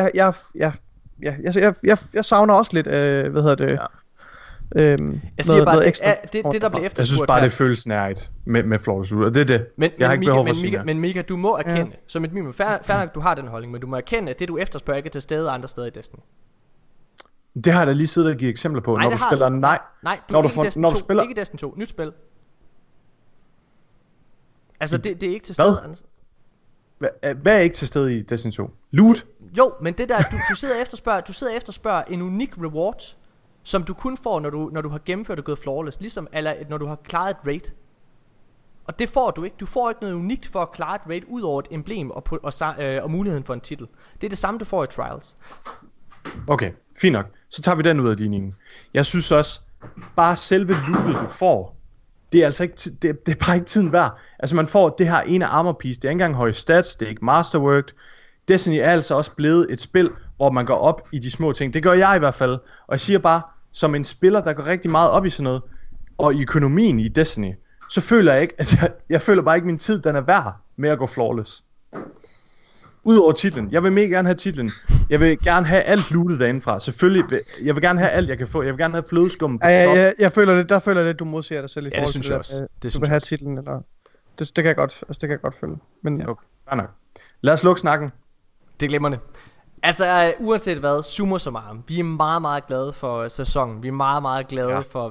jeg savner også lidt, jeg siger bare, det der bliver efterspurgt. Jeg synes bare, det føles nærigt med Flawless ud, og det er det. Jeg har ikke behov for at sige. Men Mika, du må erkende, som et minimum, fair nok, du har den holdning, men du må erkende, at det du efterspørger ikke er til stede andre steder i Destiny. Det har jeg da lige siddet og givet eksempler på. Nej, når du spiller nej, når du spiller ikke Destiny 2, ikke Destiny 2, nyt spil. Altså, det er ikke til stede, Anders. Hvad er ikke til stede i Destiny 2? Loot? Jo, men det der, du sidder og efterspørger en unik reward, som du kun får, når du har gennemført og gået flawless, ligesom eller når du har klaret et raid. Og det får du ikke. Du får ikke noget unikt for at klare et raid ud over et emblem og muligheden for en titel. Det er det samme, du får i Trials. Okay, fint nok. Så tager vi den ud af ligningen. Jeg synes også, bare selve lootet du får, det er altså ikke det er bare ikke tiden værd. Altså man får det her ene armor piece, det er ikke engang høje stats, det er ikke masterworked. Destiny er altså også blevet et spil, hvor man går op i de små ting. Det gør jeg i hvert fald. Og jeg siger bare, som en spiller, der går rigtig meget op i sådan noget, og i økonomien i Destiny, så føler jeg ikke, at jeg føler bare ikke, at min tid den er værd med at gå flawless. Udover titlen. Jeg vil mega gerne have titlen. Jeg vil gerne have alt lootet derindefra. Selvfølgelig. Jeg vil gerne have alt, jeg kan få. Jeg vil gerne have flødeskum. Jeg føler det, du modsiger dig selv i forhold til det. Du vil have titlen, eller... Det kan jeg godt, det kan jeg godt følge. Men... Ja. Okay, fair nok. Lad os lukke snakken. Det glemmer det. Altså, uanset hvad, summa summarum. Vi er meget, meget glade for sæsonen. Vi er meget, meget glade for,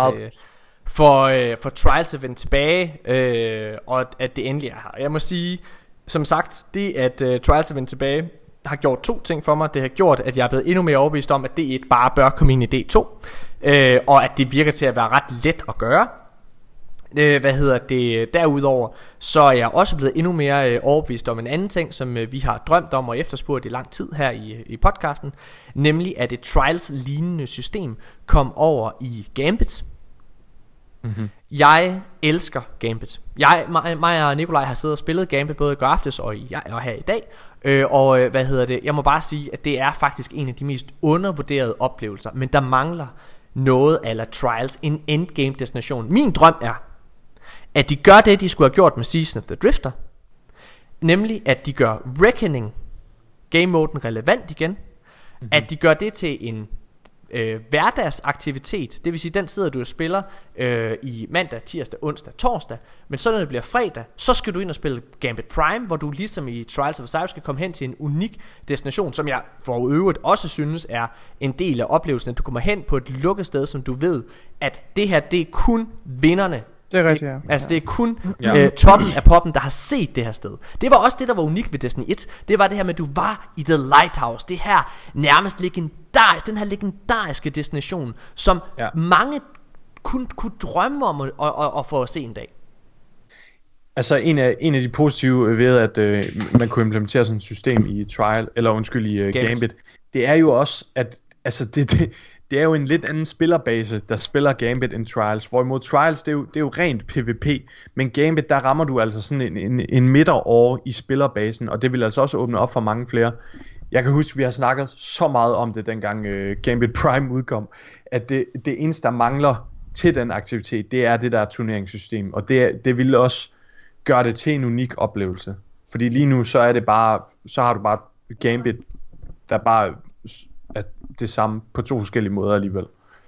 for Trials at vende tilbage, og at det endelig er her. Jeg må sige, som sagt, det at Trials at vende tilbage har gjort to ting for mig. Det har gjort, at jeg er blevet endnu mere overbevist om, at D1 bare bør komme ind i D2, og at det virker til at være ret let at gøre. Derudover så er jeg også blevet endnu mere overbevist om en anden ting, som vi har drømt om og efterspurgt i lang tid her i podcasten, nemlig at et Trials-lignende system kom over i Gambit. Mm-hmm. Jeg elsker Gambit. Mig og Nikolaj har siddet og spillet Gambit både i går aftes og her i dag. Jeg må bare sige, at det er faktisk en af de mest undervurderede oplevelser. Men der mangler noget eller Trials, en endgame destination. Min drøm er, at de gør det, de skulle have gjort med Season of the Drifter, nemlig at de gør Reckoning game-moden relevant igen. Mm-hmm. At de gør det til en hverdagsaktivitet. Det vil sige, den sidder du og spiller i mandag, tirsdag, onsdag, torsdag. Men så når det bliver fredag, så skal du ind og spille Gambit Prime, hvor du ligesom i Trials of Osiris skal komme hen til en unik destination, som jeg for øvrigt også synes er en del af oplevelsen, at du kommer hen på et lukket sted, som du ved, at det her, det er kun vinderne. Det er rigtigt, ja. Altså det er kun toppen af poppen, der har set det her sted. Det var også det, der var unikt ved Destiny 1. Det var det her med, at du var i The Lighthouse. Det her nærmest den her legendariske destination, som mange kunne drømme om at få at se en dag. Altså en af de positive ved at man kunne implementere sådan et system i Gambit, det er jo også at altså det er jo en lidt anden spillerbase, der spiller Gambit end Trials. Hvorimod Trials, det er jo rent PvP. Men Gambit, der rammer du altså sådan en midterår i spillerbasen. Og det vil altså også åbne op for mange flere. Jeg kan huske, vi har snakket så meget om det, dengang Gambit Prime udkom. At det eneste, der mangler til den aktivitet, det er det der turneringssystem. Og det vil også gøre det til en unik oplevelse. Fordi lige nu, så har du bare Gambit, der bare at det samme på to forskellige måder alligevel.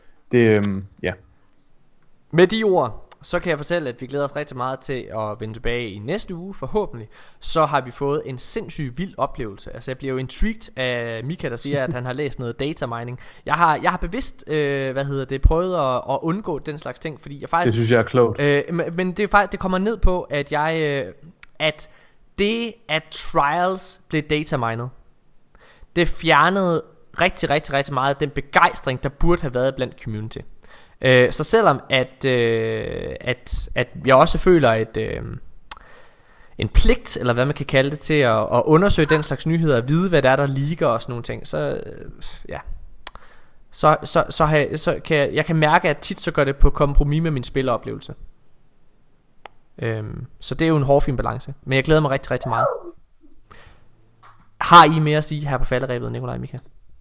Med de ord, så kan jeg fortælle, at vi glæder os rigtig meget til at vende tilbage i næste uge, forhåbentlig. Så har vi fået en sindssygt vild oplevelse. Altså jeg bliver jo intrigued af Mika, der siger, at han har læst noget data mining. Jeg har bevidst, prøvet at undgå den slags ting, fordi jeg faktisk... Det synes jeg er klogt. Men det kommer ned på, at at det, at Trials blev data mined, det fjernede rigtig, rigtig, rigtig meget af den begejstring, der burde have været blandt community. Så selvom at jeg også føler en pligt, eller hvad man kan kalde det, til at undersøge den slags nyheder, og vide, hvad der leaker og sådan nogle ting, så kan jeg kan mærke, at tit så gør det på kompromis med min spilleroplevelse. Så det er jo en hårfin balance. Men jeg glæder mig rigtig, rigtig meget. Har I mere at sige her på falderæbet, Nikolaj og Mika?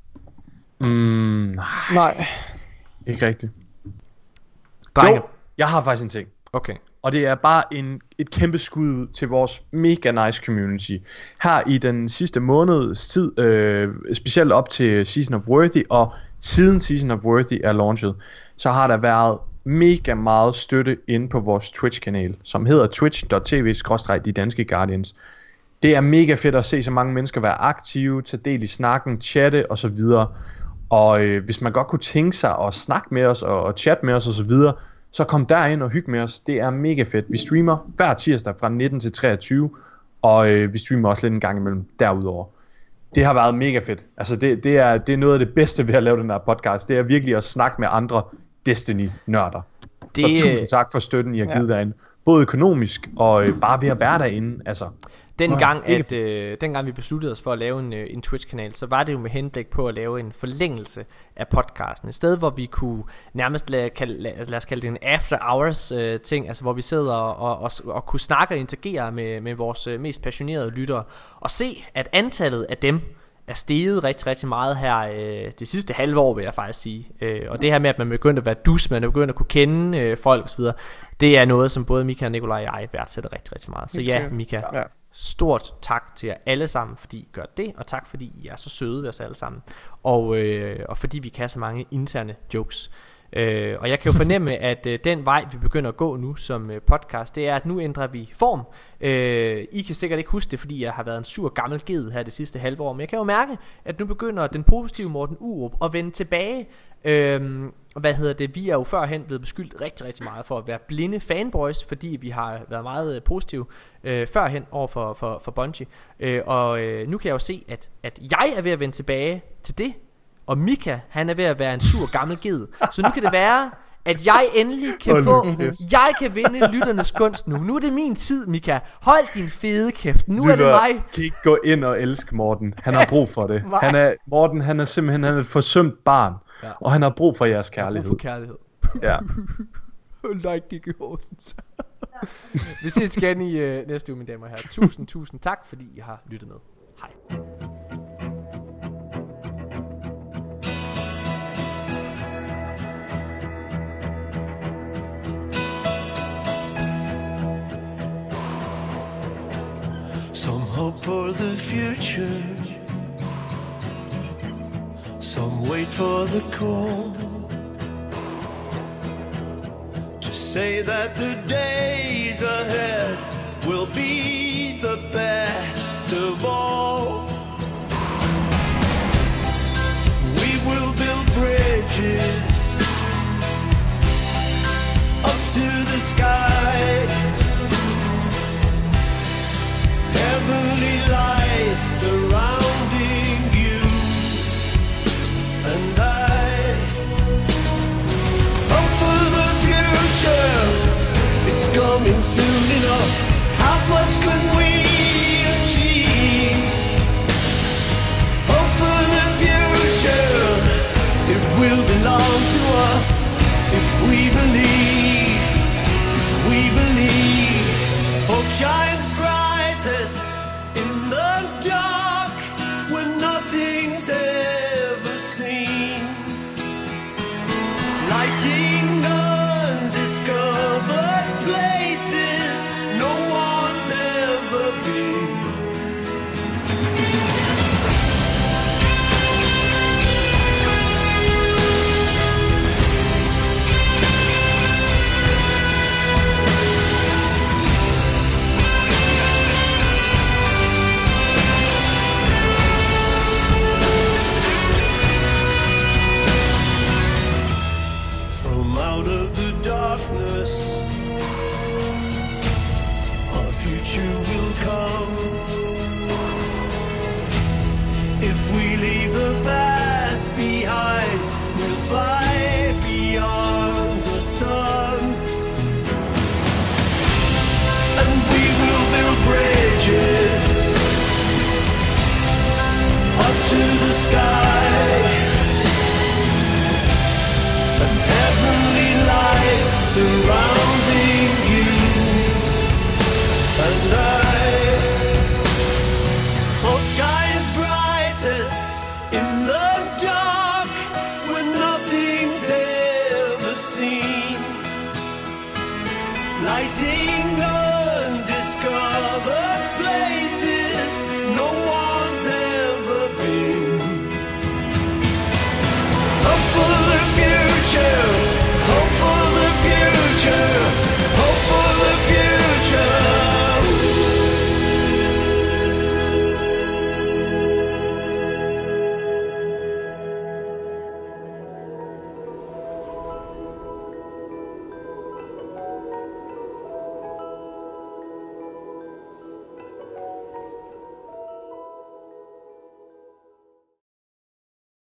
Nej. Ikke rigtigt. Drenge. Jo, jeg har faktisk en ting. Okay. Og det er bare et kæmpe skud til vores mega nice community. Her i den sidste måneds tid, specielt op til Season of Worthy, og siden Season of Worthy er launchet, så har der været mega meget støtte inde på vores Twitch-kanal, som hedder twitch.tv/De Danske Guardians. Det er mega fedt at se så mange mennesker være aktive, tage del i snakken, chatte og så videre. Og hvis man godt kunne tænke sig at snakke med os og chatte med os og så videre, så kom derind og hyg med os. Det er mega fedt. Vi streamer hver tirsdag fra 19 til 23, og vi streamer også lidt en gang imellem derudover. Det har været mega fedt. Altså det er noget af det bedste ved at lave den her podcast. Det er virkelig at snakke med andre Destiny-nørder. Så tusind tak for støtten, I har givet derinde. Både økonomisk og bare ved at være derinde. Altså, dengang vi besluttede os for at lave en Twitch-kanal, så var det jo med henblik på at lave en forlængelse af podcasten. Et sted, hvor vi kunne nærmest lad os kalde det en after hours ting, altså hvor vi sidder og kunne snakke og interagere med vores mest passionerede lyttere, og se, at antallet af dem er steget rigtig, rigtig meget her det sidste halve år, vil jeg faktisk sige. Og det her med, at man begyndte at være dus, man begyndte at kunne kende folk osv., det er noget, som både Mika og Nikolaj og jeg værdsætter rigtig, rigtig meget. Så ja, Mika, stort tak til jer alle sammen, fordi I gør det, og tak fordi I er så søde ved os alle sammen, og fordi vi kan så mange interne jokes. Og jeg kan jo fornemme, at den vej vi begynder at gå nu som podcast, det er, at nu ændrer vi form. I kan sikkert ikke huske det, fordi jeg har været en sur gammel ged her det sidste halve år, men jeg kan jo mærke, at nu begynder den positive Morten Urup at vende tilbage. Vi er jo førhen blevet beskyldt rigtig, rigtig meget for at være blinde fanboys, fordi vi har været meget positive førhen over for Bungie. Nu kan jeg jo se, at jeg er ved at vende tilbage til det, og Mika, han er ved at være en sur gammel ged. Så nu kan det være, at jeg endelig kan jeg kan vinde lytternes gunst nu. Nu er det min tid, Mika. Hold din fede kæft. Nu er det mig. Kan ikke gå ind og elske Morten. Han har brug for det. Morten, han er simpelthen et forsømt barn. Ja. Og han har brug for jeres kærlighed. Brug for kærlighed. Ja. Like Gigi Horsens. Vi ses igen i næste uge, mine damer og herrer. Tusind tak, fordi I har lyttet med. Hej. Some hope for the future, some wait for the call to say that the days ahead will be the best of all. We will build bridges up to the sky, heavenly lights surrounding you and I. Hope for the future, it's coming soon enough. How much can we achieve? Hope for the future, it will belong to us if we believe, if we believe. Hope shines brightest in the dark when nothing's ever seen, lighting undiscovered places no one's ever been. Out of the darkness, our future will come. If we leave the past behind, we'll fly beyond the sun, and we will build bridges up to the sky, and heavenly lights surrounding you and I. Hope shines brightest in the dark when nothing's ever seen, lighting up